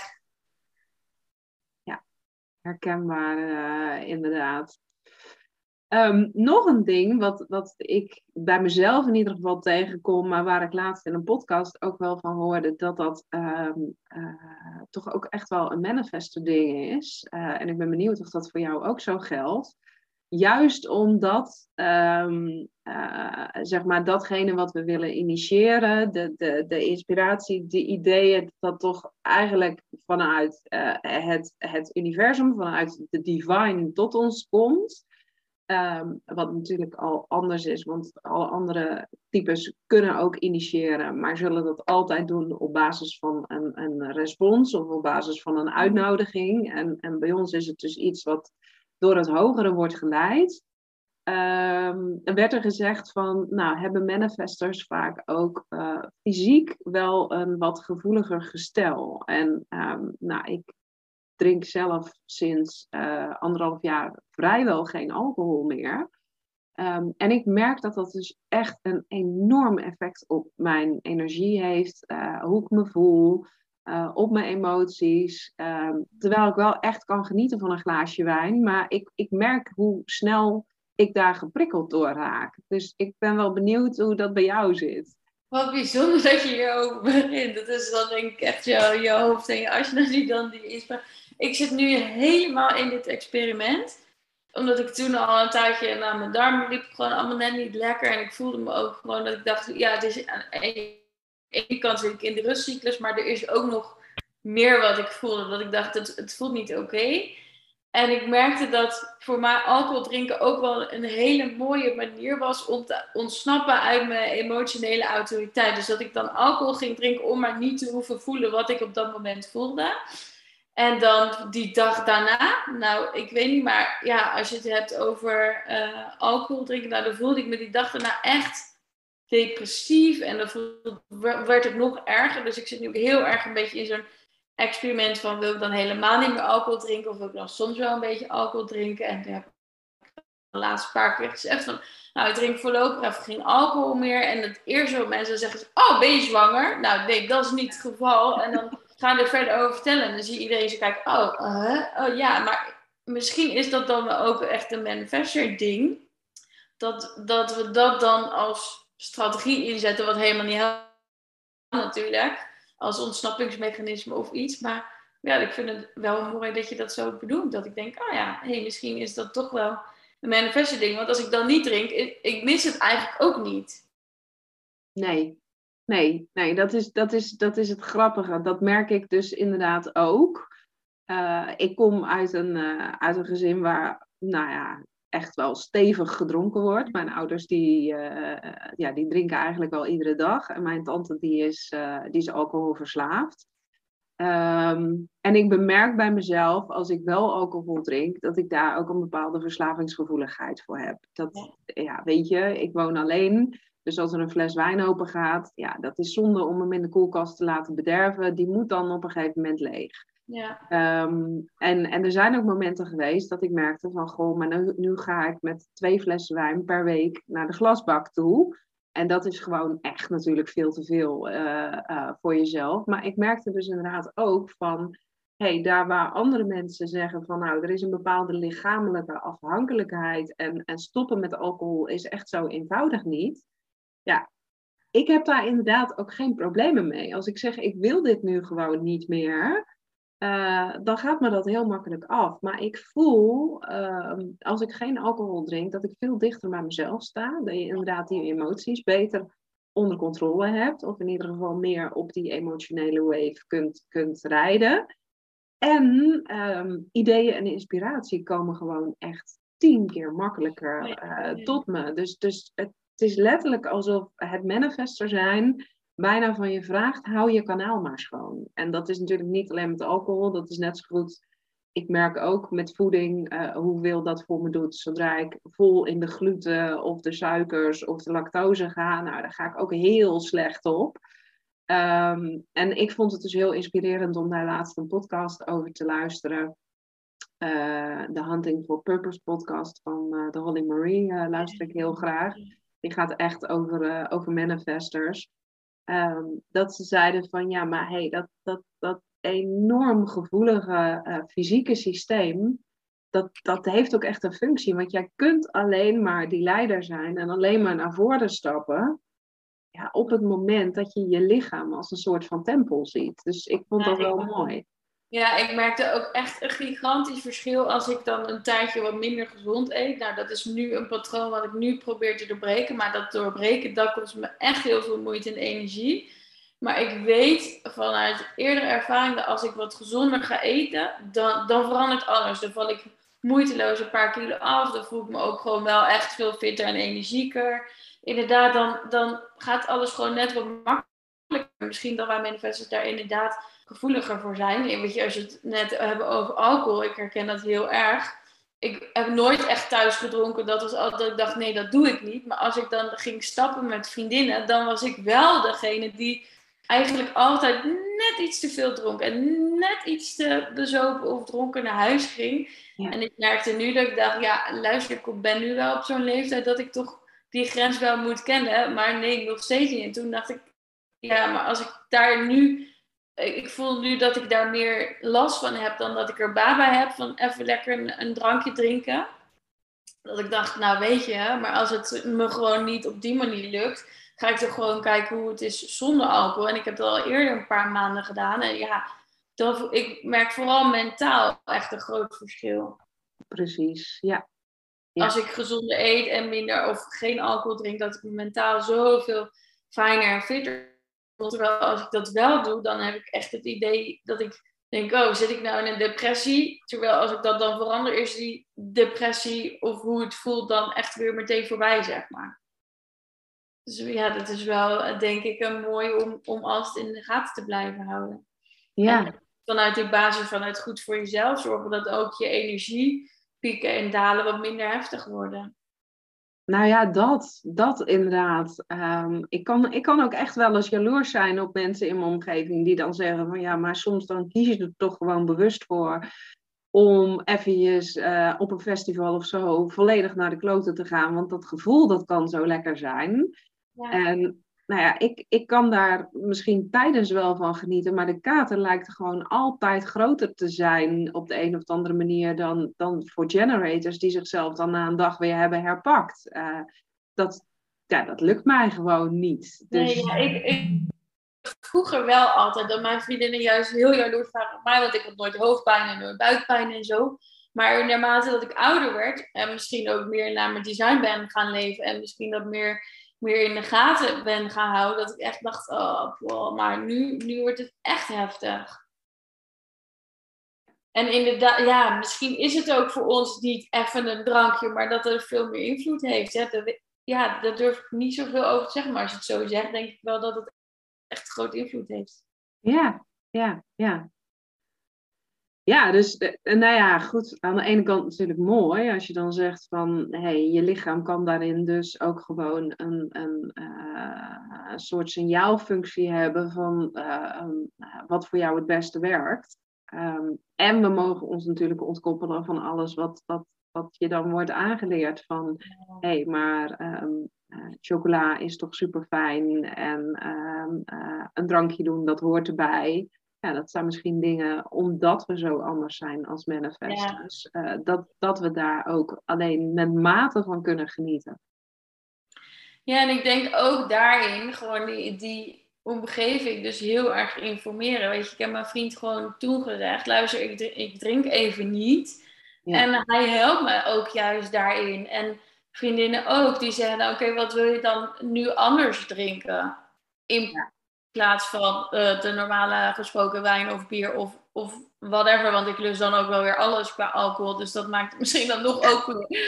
Ja, herkenbaar uh, inderdaad. Um, nog een ding wat, wat ik bij mezelf in ieder geval tegenkom, maar waar ik laatst in een podcast ook wel van hoorde, dat dat um, uh, toch ook echt wel een manifesto ding is. Uh, en ik ben benieuwd of dat voor jou ook zo geldt. Juist omdat, um, uh, zeg maar, datgene wat we willen initiëren, de, de, de inspiratie, de ideeën, dat toch eigenlijk vanuit uh, het, het universum, vanuit de divine tot ons komt. Um, wat natuurlijk al anders is, want alle andere types kunnen ook initiëren, maar zullen dat altijd doen op basis van een, een respons of op basis van een uitnodiging. En, en bij ons is het dus iets wat door het hogere wordt geleid. Um, er werd er gezegd van, nou, hebben manifestors vaak ook uh, fysiek wel een wat gevoeliger gestel. En um, nou, ik drink zelf sinds uh, anderhalf jaar vrijwel geen alcohol meer. Um, en ik merk dat dat dus echt een enorm effect op mijn energie heeft, uh, hoe ik me voel, uh, op mijn emoties. Um, terwijl ik wel echt kan genieten van een glaasje wijn, maar ik, ik merk hoe snel ik daar geprikkeld door raak. Dus ik ben wel benieuwd hoe dat bij jou zit. Wat bijzonder dat je hierover begint. Dat is dan denk ik echt jou, je hoofd en je asje dan die inspiratie. Ik zit nu helemaal in dit experiment. Omdat ik toen al een tijdje naar mijn darmen liep. Gewoon allemaal net niet lekker. En ik voelde me ook gewoon dat ik dacht, ja, het is aan de ene kant zit ik in de rustcyclus, maar er is ook nog meer wat ik voelde. Dat ik dacht, het, het voelt niet oké. Okay. En ik merkte dat voor mij alcohol drinken ook wel een hele mooie manier was om te ontsnappen uit mijn emotionele autoriteit. Dus dat ik dan alcohol ging drinken om maar niet te hoeven voelen wat ik op dat moment voelde. En dan die dag daarna, nou ik weet niet, maar ja, als je het hebt over uh, alcohol drinken, nou dan voelde ik me die dag daarna echt depressief. En dan voelde, werd het nog erger. Dus ik zit nu ook heel erg een beetje in zo'n experiment van wil ik dan helemaal niet meer alcohol drinken of wil ik dan soms wel een beetje alcohol drinken. En toen heb ik de laatste paar keer gezegd van nou ik drink voorlopig even geen alcohol meer. En het eerste wat mensen zeggen is oh ben je zwanger? Nou nee dat is niet het geval. En dan gaan we er verder over vertellen en dan zie je iedereen zo kijken oh, uh, oh ja maar misschien is dat dan ook echt een manifester ding. Dat, dat we dat dan als strategie inzetten wat helemaal niet helpt natuurlijk. Als ontsnappingsmechanisme of iets. Maar ja, ik vind het wel mooi dat je dat zo bedoelt. Dat ik denk, oh ja, hey, misschien is dat toch wel een manifeste ding. Want als ik dan niet drink, ik, ik mis het eigenlijk ook niet. Nee, nee, nee dat, is, dat, is, dat is het grappige. Dat merk ik dus inderdaad ook. Uh, ik kom uit een, uh, uit een gezin waar, nou ja, echt wel stevig gedronken wordt. Mijn ouders die, uh, ja, die drinken eigenlijk wel iedere dag. En mijn tante die is, uh, die is alcoholverslaafd. Um, en ik bemerk bij mezelf, als ik wel alcohol drink, dat ik daar ook een bepaalde verslavingsgevoeligheid voor heb. Dat, ja. ja, weet je, ik woon alleen. Dus als er een fles wijn open gaat, ja, dat is zonde om hem in de koelkast te laten bederven. Die moet dan op een gegeven moment leeg. Ja. Um, en, en er zijn ook momenten geweest dat ik merkte van, goh, maar nu, nu ga ik met twee flessen wijn per week naar de glasbak toe. En dat is gewoon echt natuurlijk veel te veel uh, uh, voor jezelf. Maar ik merkte dus inderdaad ook van, hey, daar waar andere mensen zeggen van, nou, er is een bepaalde lichamelijke afhankelijkheid en, en stoppen met alcohol is echt zo eenvoudig niet. Ja, ik heb daar inderdaad ook geen problemen mee. Als ik zeg, ik wil dit nu gewoon niet meer, uh, dan gaat me dat heel makkelijk af. Maar ik voel, uh, als ik geen alcohol drink, dat ik veel dichter bij mezelf sta. Dat je inderdaad die emoties beter onder controle hebt. Of in ieder geval meer op die emotionele wave kunt, kunt rijden. En um, ideeën en inspiratie komen gewoon echt tien keer makkelijker uh, tot me. Dus, dus het Het is letterlijk alsof het manifester zijn bijna van je vraagt, hou je kanaal maar schoon. En dat is natuurlijk niet alleen met alcohol, dat is net zo goed. Ik merk ook met voeding uh, hoeveel dat voor me doet. Zodra ik vol in de gluten of de suikers of de lactose ga, nou daar ga ik ook heel slecht op. Um, en ik vond het dus heel inspirerend om daar laatst een podcast over te luisteren. Uh, de Hunting for Purpose podcast van uh, de Holly Marie uh, luister ik heel graag. Die gaat echt over, uh, over manifestors. Um, dat ze zeiden van ja, maar hey, dat, dat, dat enorm gevoelige uh, fysieke systeem, dat, dat heeft ook echt een functie. Want jij kunt alleen maar die leider zijn en alleen maar naar voren stappen. Ja, op het moment dat je je lichaam als een soort van tempel ziet. Dus ik vond dat wel mooi. Ja, ik merkte ook echt een gigantisch verschil als ik dan een tijdje wat minder gezond eet. Nou, dat is nu een patroon wat ik nu probeer te doorbreken. Maar dat doorbreken, dat kost me echt heel veel moeite en energie. Maar ik weet vanuit eerdere ervaring dat als ik wat gezonder ga eten, dan, dan verandert alles. Dan val ik moeiteloos een paar kilo af. Dan voel ik me ook gewoon wel echt veel fitter en energieker. Inderdaad, dan, dan gaat alles gewoon net wat makkelijker. Misschien dat wij manifestors daar inderdaad gevoeliger voor zijn. Weet je, als je het net hebben over alcohol, ik herken dat heel erg. Ik heb nooit echt thuis gedronken. Dat was altijd dat ik dacht, nee, dat doe ik niet. Maar als ik dan ging stappen met vriendinnen, dan was ik wel degene die eigenlijk altijd net iets te veel dronk. En net iets te bezopen of dronken naar huis ging. Ja. En ik merkte nu dat ik dacht, ja, luister, ik ben nu wel op zo'n leeftijd dat ik toch die grens wel moet kennen. Maar nee, nog steeds niet. En toen dacht ik, ja, maar als ik daar nu... Ik voel nu dat ik daar meer last van heb dan dat ik er baat bij heb. Van even lekker een, een drankje drinken. Dat ik dacht, nou weet je, maar als het me gewoon niet op die manier lukt, ga ik toch gewoon kijken hoe het is zonder alcohol. En ik heb dat al eerder een paar maanden gedaan. En ja, dat, ik merk vooral mentaal echt een groot verschil. Precies, ja. ja. Als ik gezonder eet en minder of geen alcohol drink, dat ik me mentaal zoveel fijner en fitter Terwijl als ik dat wel doe, dan heb ik echt het idee dat ik denk, oh, zit ik nou in een depressie? Terwijl als ik dat dan verander, is die depressie of hoe het voelt dan echt weer meteen voorbij, zeg maar. Dus ja, dat is wel, denk ik, een mooi om, om altijd in de gaten te blijven houden. Ja. En vanuit die basis van het goed voor jezelf zorgen dat ook je energiepieken en dalen wat minder heftig worden. Nou ja, dat, dat inderdaad. Um, ik, kan, ik kan ook echt wel eens jaloers zijn op mensen in mijn omgeving die dan zeggen van ja, maar soms dan kies je er toch gewoon bewust voor om eventjes uh, op een festival of zo volledig naar de kloten te gaan, want dat gevoel dat kan zo lekker zijn. Ja. En nou ja, ik, ik kan daar misschien tijdens wel van genieten, maar de kater lijkt gewoon altijd groter te zijn op de een of andere manier dan, dan voor generators die zichzelf dan na een dag weer hebben herpakt. Uh, dat, ja, dat lukt mij gewoon niet. Dus... Nee, ja, ik, ik vroeger wel altijd dat mijn vriendinnen juist heel jaloers waren op mij, want ik had nooit hoofdpijn en nooit buikpijn en zo. Maar naarmate dat ik ouder werd en misschien ook meer naar mijn design ben gaan leven en misschien dat meer... meer in de gaten ben gaan houden, dat ik echt dacht, oh, wow, maar nu, nu wordt het echt heftig. En inderdaad, ja, misschien is het ook voor ons niet even een drankje, maar dat het veel meer invloed heeft. Hè? Dat, ja, daar durf ik niet zoveel over te zeggen, maar als je het zo zegt, denk ik wel dat het echt groot invloed heeft. Ja, ja, ja. Ja, dus nou ja, goed. Aan de ene kant natuurlijk mooi als je dan zegt van, hé, hey, je lichaam kan daarin dus ook gewoon een, een, uh, een soort signaalfunctie hebben van uh, um, wat voor jou het beste werkt. Um, en we mogen ons natuurlijk ontkoppelen van alles wat, wat, wat je dan wordt aangeleerd van, hé, hey, maar um, uh, chocola is toch super fijn en um, uh, een drankje doen, dat hoort erbij. Ja, dat zijn misschien dingen, omdat we zo anders zijn als manifestors, ja. uh, dat, dat we daar ook alleen met mate van kunnen genieten. Ja, en ik denk ook daarin, gewoon die, die omgeving dus heel erg informeren. Weet je, ik heb mijn vriend gewoon toen gezegd, luister, ik, ik drink even niet. Ja. En hij helpt me ook juist daarin. En vriendinnen ook, die zeggen, nou, oké, okay, wat wil je dan nu anders drinken? In ja. plaats van uh, de normale gesproken wijn of bier of, of whatever. Want ik lust dan ook wel weer alles qua alcohol. Dus dat maakt het misschien dan nog ook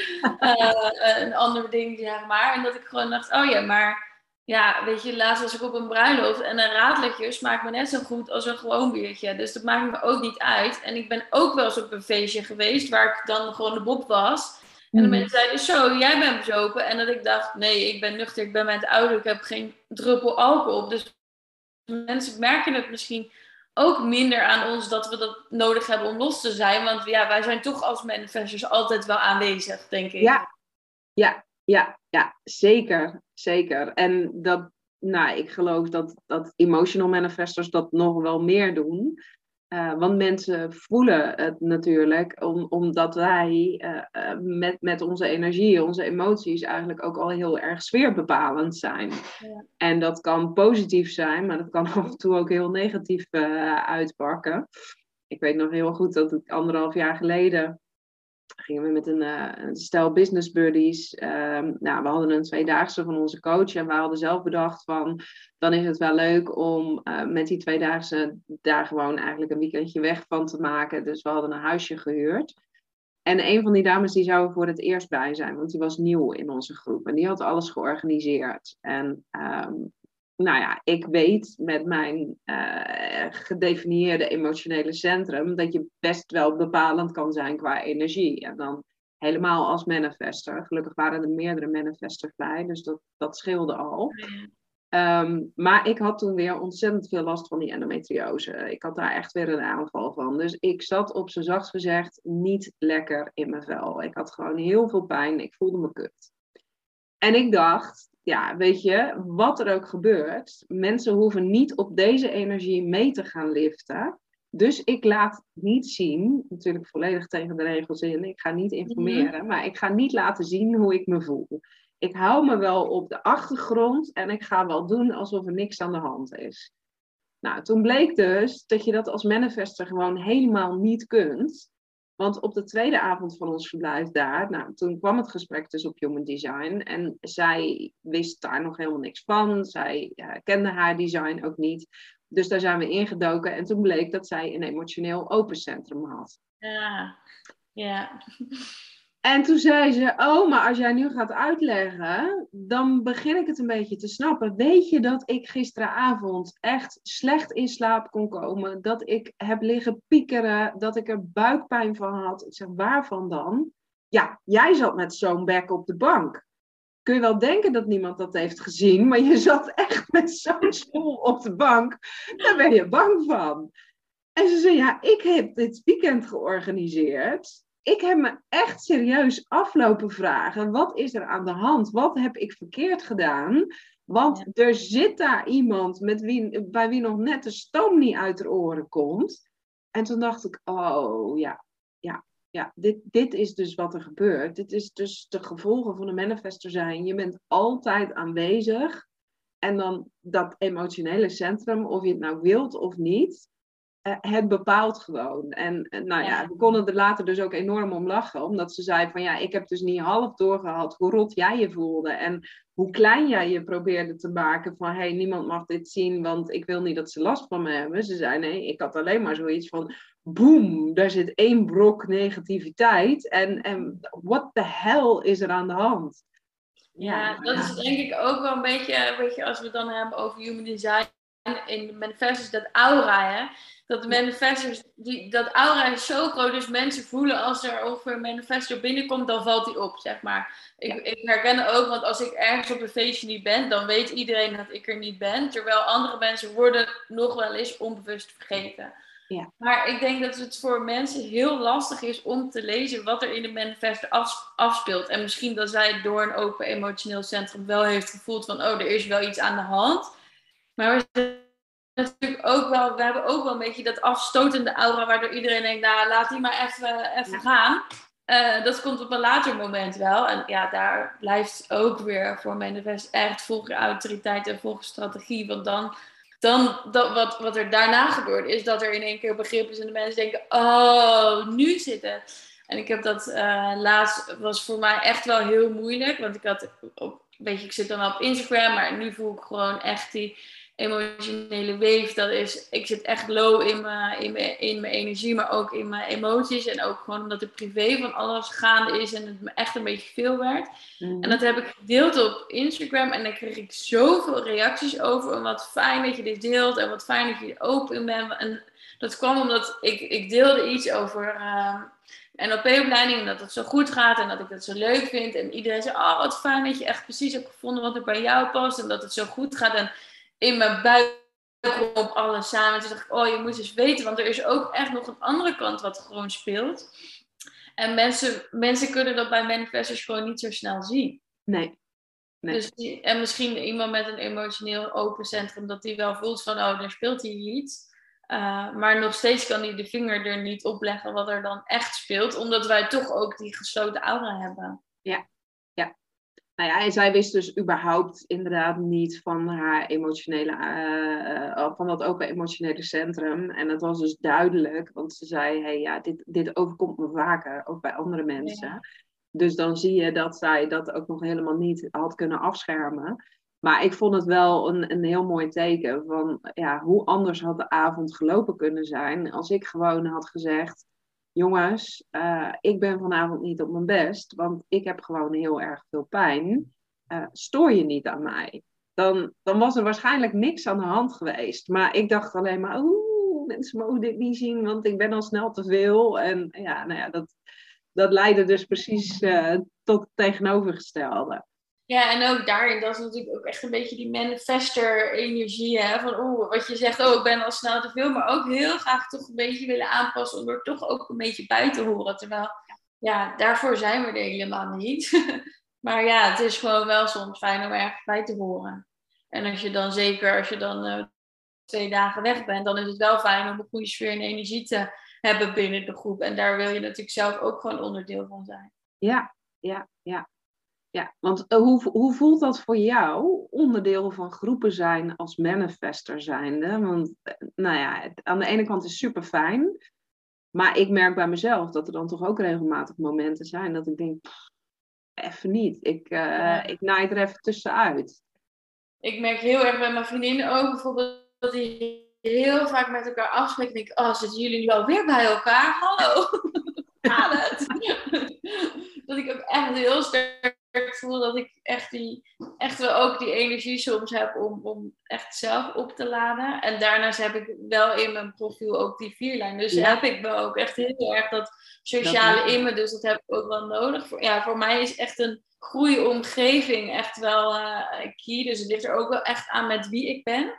uh, een ander ding, zeg maar. En dat ik gewoon dacht, oh ja, maar ja, weet je, laatst was ik op een bruiloft en een radlertje smaakt me net zo goed als een gewoon biertje. Dus dat maakt me ook niet uit. En ik ben ook wel eens op een feestje geweest waar ik dan gewoon de bob was. En de mensen zeiden, zo, jij bent bezopen. En dat ik dacht, nee, ik ben nuchter, ik ben met de ouder, ik heb geen druppel alcohol. Dus mensen merken het misschien ook minder aan ons dat we dat nodig hebben om los te zijn. Want ja, wij zijn toch als manifestors altijd wel aanwezig, denk ik. Ja, ja, ja, ja, zeker, zeker. En dat, nou, ik geloof dat, dat emotional manifestors dat nog wel meer doen. Uh, want mensen voelen het natuurlijk, om, omdat wij uh, uh, met, met onze energie, onze emoties eigenlijk ook al heel erg sfeerbepalend zijn. Ja. En dat kan positief zijn, maar dat kan af en toe ook heel negatief uh, uitpakken. Ik weet nog heel goed dat het anderhalf jaar geleden gingen we met een, uh, een stel business buddies. Um, nou, we hadden een tweedaagse van onze coach en we hadden zelf bedacht van, dan is het wel leuk om uh, met die tweedaagse daar gewoon eigenlijk een weekendje weg van te maken. Dus we hadden een huisje gehuurd. En een van die dames die zou er voor het eerst bij zijn, want die was nieuw in onze groep en die had alles georganiseerd. En um, nou ja, ik weet met mijn uh, gedefinieerde emotionele centrum dat je best wel bepalend kan zijn qua energie. En dan helemaal als manifester. Gelukkig waren er meerdere manifestors bij, dus dat, dat scheelde al. Um, maar ik had toen weer ontzettend veel last van die endometriose. Ik had daar echt weer een aanval van. Dus ik zat op z'n zachtst gezegd niet lekker in mijn vel. Ik had gewoon heel veel pijn. Ik voelde me kut. En ik dacht, ja, weet je, wat er ook gebeurt, mensen hoeven niet op deze energie mee te gaan liften. Dus ik laat niet zien, natuurlijk volledig tegen de regels in, ik ga niet informeren, mm-hmm. maar ik ga niet laten zien hoe ik me voel. Ik hou me wel op de achtergrond en ik ga wel doen alsof er niks aan de hand is. Nou, toen bleek dus dat je dat als manifester gewoon helemaal niet kunt. Want op de tweede avond van ons verblijf daar, nou, toen kwam het gesprek dus op Human Design. En zij wist daar nog helemaal niks van. Zij ja, kende haar design ook niet. Dus daar zijn we ingedoken. En toen bleek dat zij een emotioneel open centrum had. Ja, ja. En toen zei ze, oh, maar als jij nu gaat uitleggen, dan begin ik het een beetje te snappen. Weet je dat ik gisteravond echt slecht in slaap kon komen? Dat ik heb liggen piekeren, dat ik er buikpijn van had. Ik zeg, waarvan dan? Ja, jij zat met zo'n bek op de bank. Kun je wel denken dat niemand dat heeft gezien, maar je zat echt met zo'n stoel op de bank. Daar ben je bang van. En ze zei, ja, ik heb dit weekend georganiseerd. Ik heb me echt serieus aflopen vragen. Wat is er aan de hand? Wat heb ik verkeerd gedaan? Want ja. Er zit daar iemand met wie, bij wie nog net de stoom niet uit de oren komt. En toen dacht ik, oh ja, ja, ja dit, dit is dus wat er gebeurt. Dit is dus de gevolgen van een manifester zijn. Je bent altijd aanwezig. En dan dat emotionele centrum, of je het nou wilt of niet... Uh, het bepaalt gewoon. En uh, nou ja, ja, we konden er later dus ook enorm om lachen. Omdat ze zei van ja, ik heb dus niet half doorgehad hoe rot jij je voelde. En hoe klein jij je probeerde te maken van hé, hey, niemand mag dit zien, want ik wil niet dat ze last van me hebben. Ze zei nee, ik had alleen maar zoiets van boem, daar zit één brok negativiteit. En, en what the hell is er aan de hand? Ja, ja dat ja. is denk ik ook wel een beetje, weet je, als we het dan hebben over human design in de manifestors, dat aura, hè. Dat de manifestors, die, dat aura is zo groot, dus mensen voelen als er over een manifestor binnenkomt, dan valt die op, zeg maar. Ik, ja. ik herken ook, want als ik ergens op een feestje niet ben, dan weet iedereen dat ik er niet ben, terwijl andere mensen worden nog wel eens onbewust vergeten. Ja. Maar ik denk dat het voor mensen heel lastig is om te lezen wat er in de manifestor af, afspeelt. En misschien dat zij door een open emotioneel centrum wel heeft gevoeld van, oh, er is wel iets aan de hand. Maar we zijn natuurlijk ook wel, we hebben ook wel een beetje dat afstotende aura, waardoor iedereen denkt, nou, laat die maar even, even ja. gaan. Uh, dat komt op een later moment wel. En ja, daar blijft ook weer voor manifest echt volg je autoriteit en volg je strategie. Want dan, dan dat, wat, wat er daarna gebeurt, is dat er in één keer begrip is en de mensen denken, oh, nu zit het. En ik heb dat uh, laatst, was voor mij echt wel heel moeilijk. Want ik had, op, weet je, ik zit dan wel op Instagram, maar nu voel ik gewoon echt die emotionele wave. Dat is, ik zit echt low in mijn, in mijn, in mijn energie, maar ook in mijn emoties. En ook gewoon omdat er privé van alles gaande is en het me echt een beetje veel werd. Mm-hmm. En dat heb ik gedeeld op Instagram en daar kreeg ik zoveel reacties over. En wat fijn dat je dit deelt en wat fijn dat je er open in bent. En dat kwam omdat ik, ik deelde iets over uh, N L P-opleiding en dat het zo goed gaat en dat ik dat zo leuk vind. En iedereen zei, oh wat fijn dat je echt precies hebt gevonden wat er bij jou past en dat het zo goed gaat. En in mijn buik op alles samen. Toen dacht ik, oh, je moet eens weten. Want er is ook echt nog een andere kant wat gewoon speelt. En mensen, mensen kunnen dat bij manifestors gewoon niet zo snel zien. Nee. nee. Dus, en misschien iemand met een emotioneel open centrum, dat die wel voelt van, oh, er speelt hier iets. Uh, maar nog steeds kan hij de vinger er niet op leggen wat er dan echt speelt. Omdat wij toch ook die gesloten aura hebben. Ja, ja. Nou ja, en zij wist dus überhaupt inderdaad niet van haar emotionele, uh, van dat open emotionele centrum. En dat was dus duidelijk, want ze zei, hey, ja, dit, dit overkomt me vaker, ook bij andere mensen. Ja. Dus dan zie je dat zij dat ook nog helemaal niet had kunnen afschermen. Maar ik vond het wel een, een heel mooi teken van, ja, hoe anders had de avond gelopen kunnen zijn als ik gewoon had gezegd, jongens, uh, ik ben vanavond niet op mijn best, want ik heb gewoon heel erg veel pijn. Uh, stoor je niet aan mij. Dan, dan was er waarschijnlijk niks aan de hand geweest. Maar ik dacht alleen maar, oeh, mensen mogen dit niet zien, want ik ben al snel te veel. En ja, nou ja, dat, dat leidde dus precies uh, tot het tegenovergestelde. Ja, en ook daarin, dat is natuurlijk ook echt een beetje die manifester-energie, hè, van oeh, wat je zegt, oh, ik ben al snel te veel, maar ook heel graag toch een beetje willen aanpassen om er toch ook een beetje bij te horen, terwijl, ja, daarvoor zijn we er helemaal niet. Maar ja, het is gewoon wel soms fijn om ergens bij te horen. En als je dan zeker, als je dan uh, twee dagen weg bent, dan is het wel fijn om een goede sfeer en energie te hebben binnen de groep. En daar wil je natuurlijk zelf ook gewoon onderdeel van zijn. Ja, ja, ja. Ja, want uh, hoe, hoe voelt dat voor jou, onderdeel van groepen zijn als manifester zijnde? Want, uh, nou ja, het, aan de ene kant is het super fijn. Maar ik merk bij mezelf dat er dan toch ook regelmatig momenten zijn dat ik denk, pff, even niet. Ik, uh, Ja. ik naai er even tussenuit. Ik merk heel erg bij mijn vriendinnen ook bijvoorbeeld dat die heel vaak met elkaar afspreken. En denk ik, oh, zitten jullie nu alweer bij elkaar? Hallo, gaat het? Dat ik ook echt heel sterk voel dat ik echt, die, echt wel ook die energie soms heb om, om echt zelf op te laden. En daarnaast heb ik wel in mijn profiel ook die vierlijn. Dus Ja. heb ik wel ook echt heel erg dat sociale dat in me. Dus dat heb ik ook wel nodig. Voor, ja, voor mij is echt een groeiomgeving echt wel uh, key. Dus het ligt er ook wel echt aan met wie ik ben.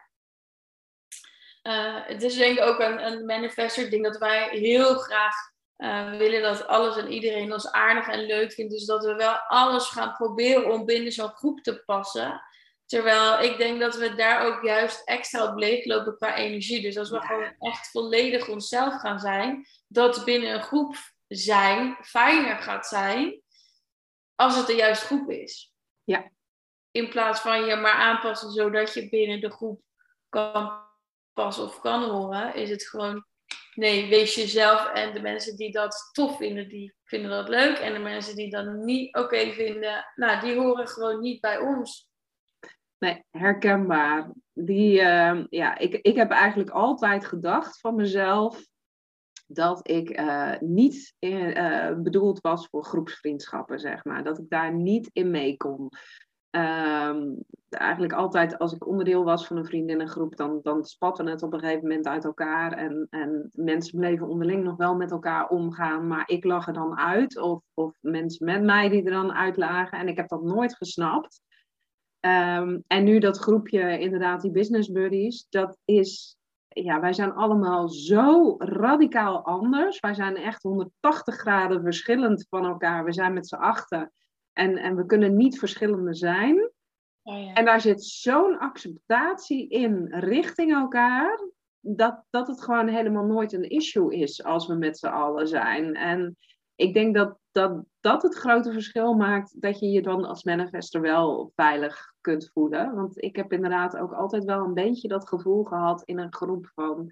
Uh, het is denk ik ook een, een manifester. Ik denk dat wij heel graag uh, willen dat alles en iedereen ons aardig en leuk vindt. Dus dat we wel alles gaan proberen om binnen zo'n groep te passen. Terwijl ik denk dat we daar ook juist extra op leeglopen qua energie. Dus als we ja. gewoon echt volledig onszelf gaan zijn, dat binnen een groep zijn fijner gaat zijn als het de juiste groep is. Ja. In plaats van je maar aanpassen zodat je binnen de groep kan passen of kan horen, is het gewoon, nee, wees jezelf en de mensen die dat tof vinden, die vinden dat leuk. En de mensen die dat niet oké okay vinden, nou, die horen gewoon niet bij ons. Nee, herkenbaar. Die, uh, ja, ik, ik heb eigenlijk altijd gedacht van mezelf dat ik uh, niet in, uh, bedoeld was voor groepsvriendschappen, zeg maar. Dat ik daar niet in mee kon. Um, eigenlijk altijd als ik onderdeel was van een vriendinnengroep, dan, dan spatten het op een gegeven moment uit elkaar. En, en mensen bleven onderling nog wel met elkaar omgaan, maar ik lag er dan uit. Of, of mensen met mij die er dan uitlagen. En ik heb dat nooit gesnapt. Um, en nu dat groepje, inderdaad, die business buddies, dat is, ja, wij zijn allemaal zo radicaal anders. Wij zijn echt honderdtachtig graden verschillend van elkaar. We zijn met z'n achten en, en we kunnen niet verschillende zijn. Oh ja. En daar zit zo'n acceptatie in richting elkaar, dat, dat het gewoon helemaal nooit een issue is als we met z'n allen zijn. En ik denk dat, dat dat het grote verschil maakt, dat je je dan als manifester wel veilig kunt voelen. Want ik heb inderdaad ook altijd wel een beetje dat gevoel gehad in een groep van,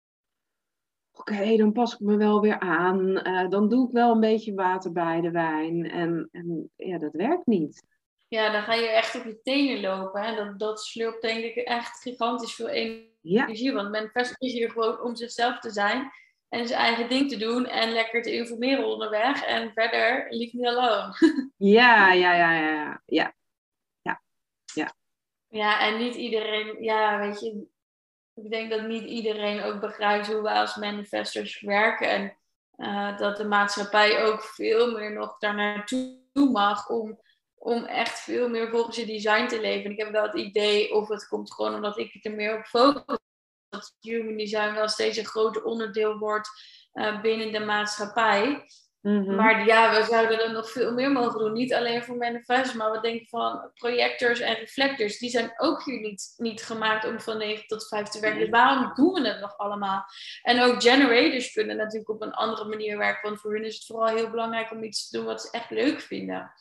oké, okay, dan pas ik me wel weer aan. Uh, dan doe ik wel een beetje water bij de wijn. En, en ja, dat werkt niet. Ja, dan ga je echt op je tenen lopen. Hè? Dat, dat slurpt denk ik echt gigantisch veel energie. Ja. Want manifester is hier gewoon om zichzelf te zijn. En zijn eigen ding te doen. En lekker te informeren onderweg. En verder, leave me alone. Ja, ja, ja, ja. Ja, ja, ja. Ja, en niet iedereen... Ja, weet je... Ik denk dat niet iedereen ook begrijpt hoe wij als manifestors werken. En uh, dat de maatschappij ook veel meer nog daar naartoe mag om... om echt veel meer volgens je design te leven. Ik heb wel het idee, of het komt gewoon omdat ik er meer op focus, dat human design wel steeds een groter onderdeel wordt uh, binnen de maatschappij. Mm-hmm. Maar ja, we zouden er nog veel meer mogen doen. Niet alleen voor manifestors, maar we denken van projectors en reflectors. Die zijn ook hier niet, niet gemaakt om van negen tot vijf te werken. Dus waarom doen we het nog allemaal? En ook generators kunnen natuurlijk op een andere manier werken. Want voor hun is het vooral heel belangrijk om iets te doen wat ze echt leuk vinden.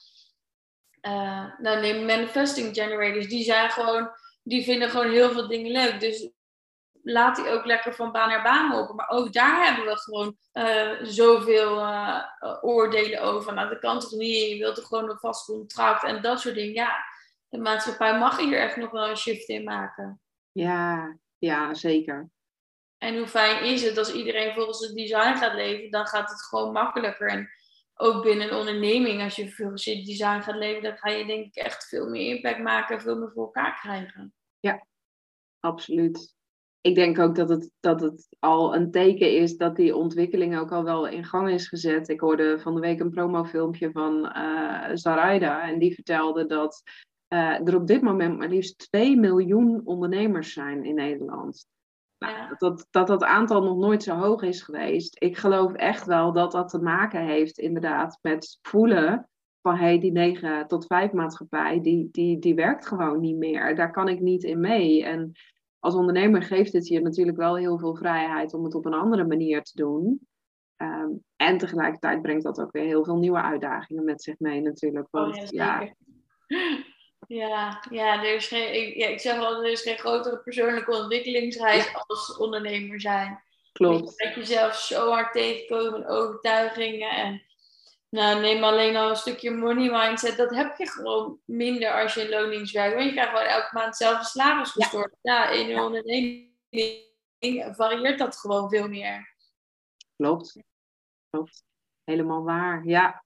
Uh, nou nee, manifesting generators, die zijn gewoon, die vinden gewoon heel veel dingen leuk. Dus laat die ook lekker van baan naar baan lopen. Maar ook daar hebben we gewoon uh, zoveel uh, oordelen over. Nou, dat kan toch niet? Je wilt toch gewoon een vast contract en dat soort dingen. Ja, de maatschappij mag hier echt nog wel een shift in maken. Ja, ja, zeker. En hoe fijn is het als iedereen volgens het design gaat leven, dan gaat het gewoon makkelijker. En ook binnen een onderneming, als je volgens je design gaat leven, dan ga je denk ik echt veel meer impact maken en veel meer voor elkaar krijgen. Ja, absoluut. Ik denk ook dat het, dat het al een teken is dat die ontwikkeling ook al wel in gang is gezet. Ik hoorde van de week een promofilmpje van uh, Zaraida en die vertelde dat uh, er op dit moment maar liefst twee miljoen ondernemers zijn in Nederland. Nou, ja. dat, dat dat aantal nog nooit zo hoog is geweest. Ik geloof echt wel dat dat te maken heeft inderdaad met voelen van hé, hey, die negen tot vijf maatschappij, die, die, die werkt gewoon niet meer. Daar kan ik niet in mee. En als ondernemer geeft het je natuurlijk wel heel veel vrijheid om het op een andere manier te doen. Um, en tegelijkertijd brengt dat ook weer heel veel nieuwe uitdagingen met zich mee natuurlijk. Want, oh ja, zeker. Ja, Ja, ja, er is geen, ik, ja, ik zeg wel, er is geen grotere persoonlijke ontwikkelingsreis als ondernemer zijn. klopt. Dat je jezelf zo hard tegenkomt en overtuigingen. En nou, neem alleen al een stukje money mindset. Dat heb je gewoon minder als je in loningswerk. Want je krijgt gewoon elke maand hetzelfde salaris gestort. Ja, in een onderneming varieert dat gewoon veel meer. Klopt. Klopt. Helemaal waar. Ja.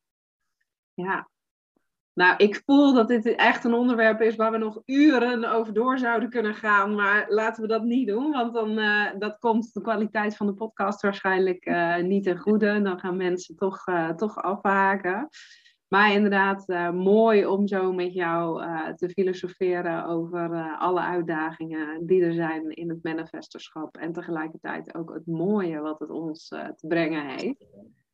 Ja. Nou, ik voel dat dit echt een onderwerp is waar we nog uren over door zouden kunnen gaan. Maar laten we dat niet doen, want dan uh, dat komt de kwaliteit van de podcast waarschijnlijk uh, niet ten goede. Dan gaan mensen toch, uh, toch afhaken. Maar inderdaad, uh, mooi om zo met jou uh, te filosoferen over uh, alle uitdagingen die er zijn in het manifestorschap. En tegelijkertijd ook het mooie wat het ons uh, te brengen heeft.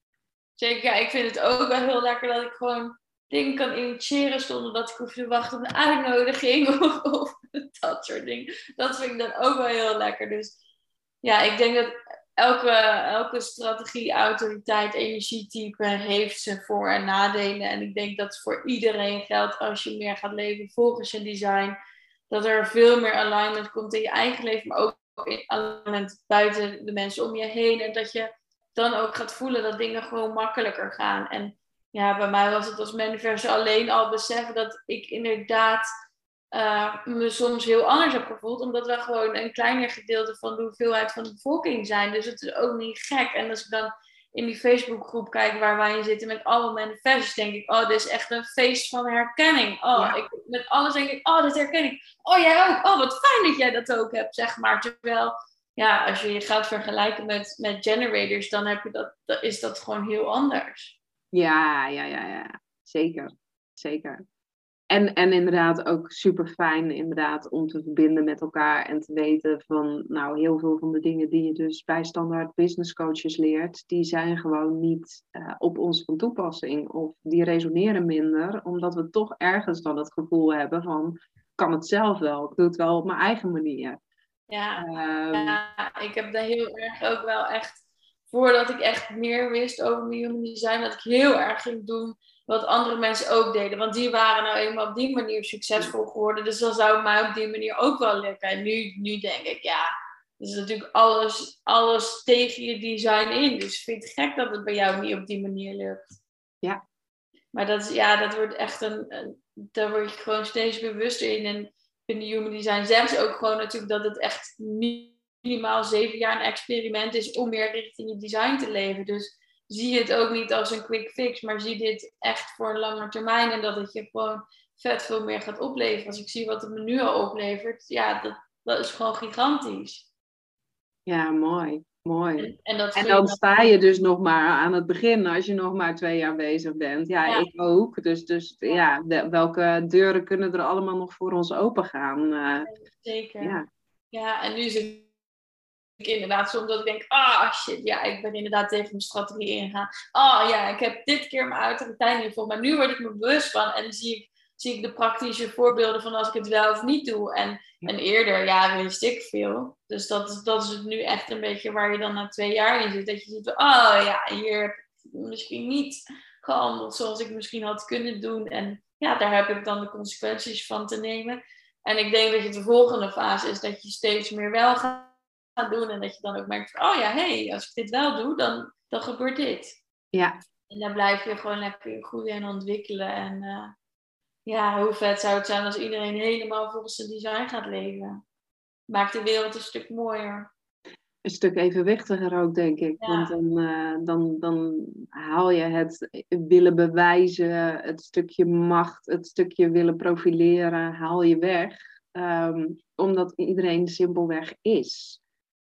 Zeker, ja, ik vind het ook wel heel lekker dat ik gewoon dingen kan initiëren zonder dat ik hoef te wachten op een uitnodiging of, of dat soort dingen. Dat vind ik dan ook wel heel lekker. Dus ja, ik denk dat elke, elke strategie, autoriteit, energietype heeft zijn voor- en nadelen. En ik denk dat het voor iedereen geldt als je meer gaat leven volgens je design. Dat er veel meer alignment komt in je eigen leven, maar ook in alignment buiten de mensen om je heen. En dat je dan ook gaat voelen dat dingen gewoon makkelijker gaan. En ja, bij mij was het als manifester alleen al beseffen dat ik inderdaad uh, me soms heel anders heb gevoeld. Omdat we gewoon een kleiner gedeelte van de hoeveelheid van de bevolking zijn. Dus het is ook niet gek. En als ik dan in die Facebookgroep kijk waar wij in zitten met alle manifestors, denk ik, oh, dit is echt een feest van herkenning. Oh, ja. ik, met alles denk ik, oh, dit herken ik. Oh, jij ook. Oh, wat fijn dat jij dat ook hebt, zeg maar. Terwijl, ja, als je je gaat vergelijken met, met generators, dan heb je dat, dan is dat gewoon heel anders. Ja, ja, ja, ja. Zeker. Zeker. En, en inderdaad ook super fijn inderdaad om te verbinden met elkaar en te weten van, nou, heel veel van de dingen die je dus bij standaard business coaches leert, die zijn gewoon niet uh, op ons van toepassing of die resoneren minder, omdat we toch ergens dan het gevoel hebben van, ik kan het zelf wel, ik doe het wel op mijn eigen manier. Ja, um, ja ik heb daar heel erg ook wel echt, voordat ik echt meer wist over mijn human design, dat ik heel erg ging doen wat andere mensen ook deden. Want die waren nou eenmaal op die manier succesvol geworden. Dus dan zou het mij op die manier ook wel lukken. En nu, nu denk ik, ja, dat is natuurlijk alles, alles tegen je design in. Dus ik vind het gek dat het bij jou niet op die manier lukt. Ja. Maar dat, is, ja, dat wordt echt een, een... Daar word je gewoon steeds bewuster in. En in de human design zeggen ze ook gewoon natuurlijk dat het echt minimaal zeven jaar een experiment is om meer richting je design te leven. Dus zie het ook niet als een quick fix, maar zie dit echt voor een lange termijn en dat het je gewoon vet veel meer gaat opleveren. Als ik zie wat het me nu al oplevert, ja, dat, dat is gewoon gigantisch. Ja, mooi. Mooi. En, en, dat en dan sta je dus nog maar aan het begin als je nog maar twee jaar bezig bent. Ja, ja. Ik ook. Dus, dus ja, ja de, welke deuren kunnen er allemaal nog voor ons open gaan? Uh, Zeker. Ja. ja, en nu is het ik inderdaad soms dat ik denk, ah oh, shit, ja, ik ben inderdaad tegen mijn strategie ingegaan. Ah oh, ja, ik heb dit keer mijn autoriteit niet volgens, maar nu word ik me bewust van en zie ik, zie ik de praktische voorbeelden van als ik het wel of niet doe. En, en eerder, ja, wist ik veel. Dus dat is, dat is het nu echt een beetje waar je dan na twee jaar in zit. Dat je ziet, oh ja, hier heb ik misschien niet gehandeld zoals ik misschien had kunnen doen. En ja, daar heb ik dan de consequenties van te nemen. En ik denk dat je de volgende fase is dat je steeds meer wel gaat doen en dat je dan ook merkt van, oh ja, hé, hey, als ik dit wel doe, dan, dan gebeurt dit. Ja. En dan blijf je gewoon lekker groeien en ontwikkelen. En uh, ja, hoe vet zou het zijn als iedereen helemaal volgens zijn design gaat leven. Maakt de wereld een stuk mooier. Een stuk evenwichtiger ook, denk ik. Ja. Want dan, uh, dan, dan haal je het willen bewijzen, het stukje macht, het stukje willen profileren, haal je weg. Um, omdat iedereen simpelweg is.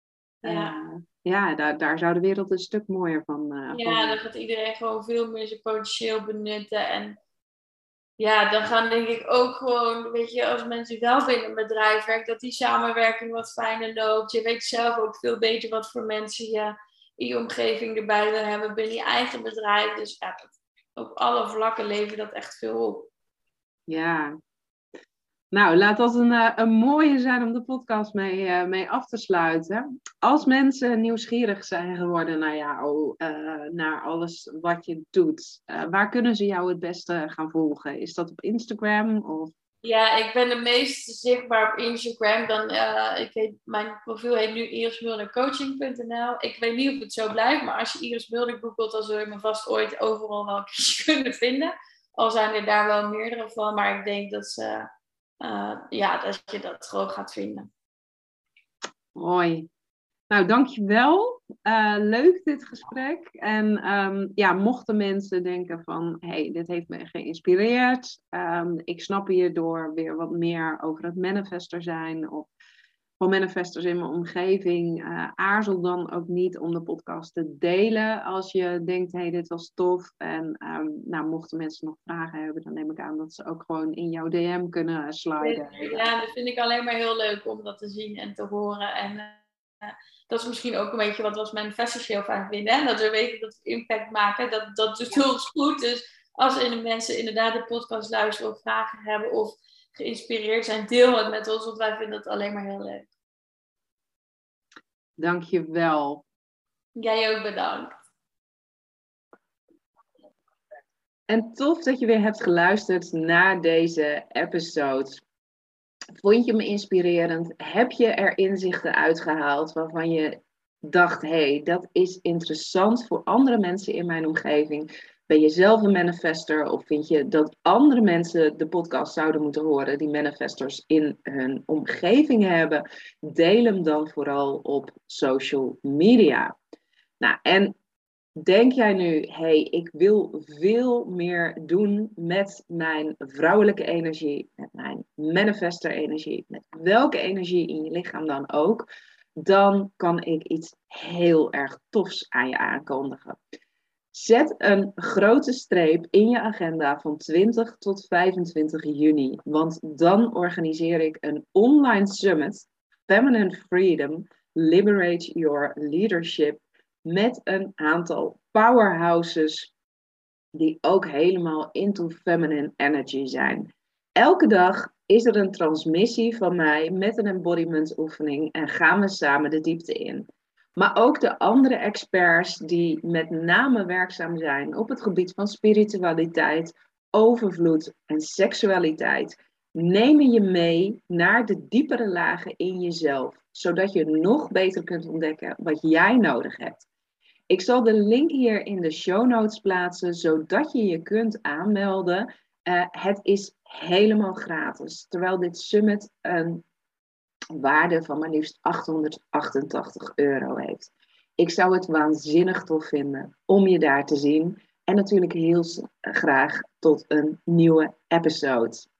Ja, uh, ja daar, daar zou de wereld een stuk mooier van uh, Ja, van... dan gaat iedereen gewoon veel meer zijn potentieel benutten. En ja, dan gaan denk ik ook gewoon, weet je, als mensen wel binnen een bedrijf werken, dat die samenwerking wat fijner loopt. Je weet zelf ook veel beter wat voor mensen je in je omgeving erbij wil hebben binnen je eigen bedrijf. Dus ja, dat, op alle vlakken levert dat echt veel op. Ja. Nou, laat dat een, uh, een mooie zijn om de podcast mee, uh, mee af te sluiten. Als mensen nieuwsgierig zijn geworden naar jou, uh, naar alles wat je doet, uh, waar kunnen ze jou het beste gaan volgen? Is dat op Instagram of Ja, ik ben het meest zichtbaar op Instagram. Dan, uh, ik heet, mijn profiel heet nu iris mulder coaching punt n l. Ik weet niet of het zo blijft, maar als je Iris Mulder googelt, dan zul je me vast ooit overal wel kunnen vinden. Al zijn er daar wel meerdere van, maar ik denk dat, ze, uh, ja, dat je dat gewoon gaat vinden. Mooi. Nou, dankjewel. Uh, leuk dit gesprek. En um, ja, mochten mensen denken van, hey, dit heeft me geïnspireerd. Um, ik snap hierdoor weer wat meer over het manifester zijn. Of van manifestors in mijn omgeving. Uh, aarzel dan ook niet om de podcast te delen. Als je denkt, hey, dit was tof. En um, nou, mochten mensen nog vragen hebben, dan neem ik aan dat ze ook gewoon in jouw D M kunnen sliden. Ja, dat vind ik alleen maar heel leuk om dat te zien en te horen. En uh, dat is misschien ook een beetje wat we als manifestors heel fijn vinden. Hè? Dat we weten dat we impact maken. Dat, dat doet ons goed. Dus als er mensen inderdaad de podcast luisteren of vragen hebben of geïnspireerd zijn, deel het met ons. Want wij vinden het alleen maar heel leuk. Dank je wel. Jij ook bedankt. En tof dat je weer hebt geluisterd naar deze episode. Vond je me inspirerend? Heb je er inzichten uitgehaald waarvan je dacht, hé, hey, dat is interessant voor andere mensen in mijn omgeving? Ben je zelf een manifester of vind je dat andere mensen de podcast zouden moeten horen die manifestors in hun omgeving hebben? Deel hem dan vooral op social media. Nou, en denk jij nu, hé, hey, ik wil veel meer doen met mijn vrouwelijke energie, met mijn manifester energie, met welke energie in je lichaam dan ook, dan kan ik iets heel erg tofs aan je aankondigen. Zet een grote streep in je agenda van twintig tot vijfentwintig juni, want dan organiseer ik een online summit, Feminine Freedom, Liberate Your Leadership, met een aantal powerhouses die ook helemaal into feminine energy zijn. Elke dag is er een transmissie van mij met een embodiment oefening en gaan we samen de diepte in. Maar ook de andere experts die met name werkzaam zijn op het gebied van spiritualiteit, overvloed en seksualiteit, nemen je mee naar de diepere lagen in jezelf, zodat je nog beter kunt ontdekken wat jij nodig hebt. Ik zal de link hier in de show notes plaatsen, zodat je je kunt aanmelden. Uh, het is helemaal gratis, terwijl dit summit een waarde van maar liefst achthonderdachtentachtig euro heeft. Ik zou het waanzinnig tof vinden om je daar te zien. En natuurlijk heel graag tot een nieuwe episode.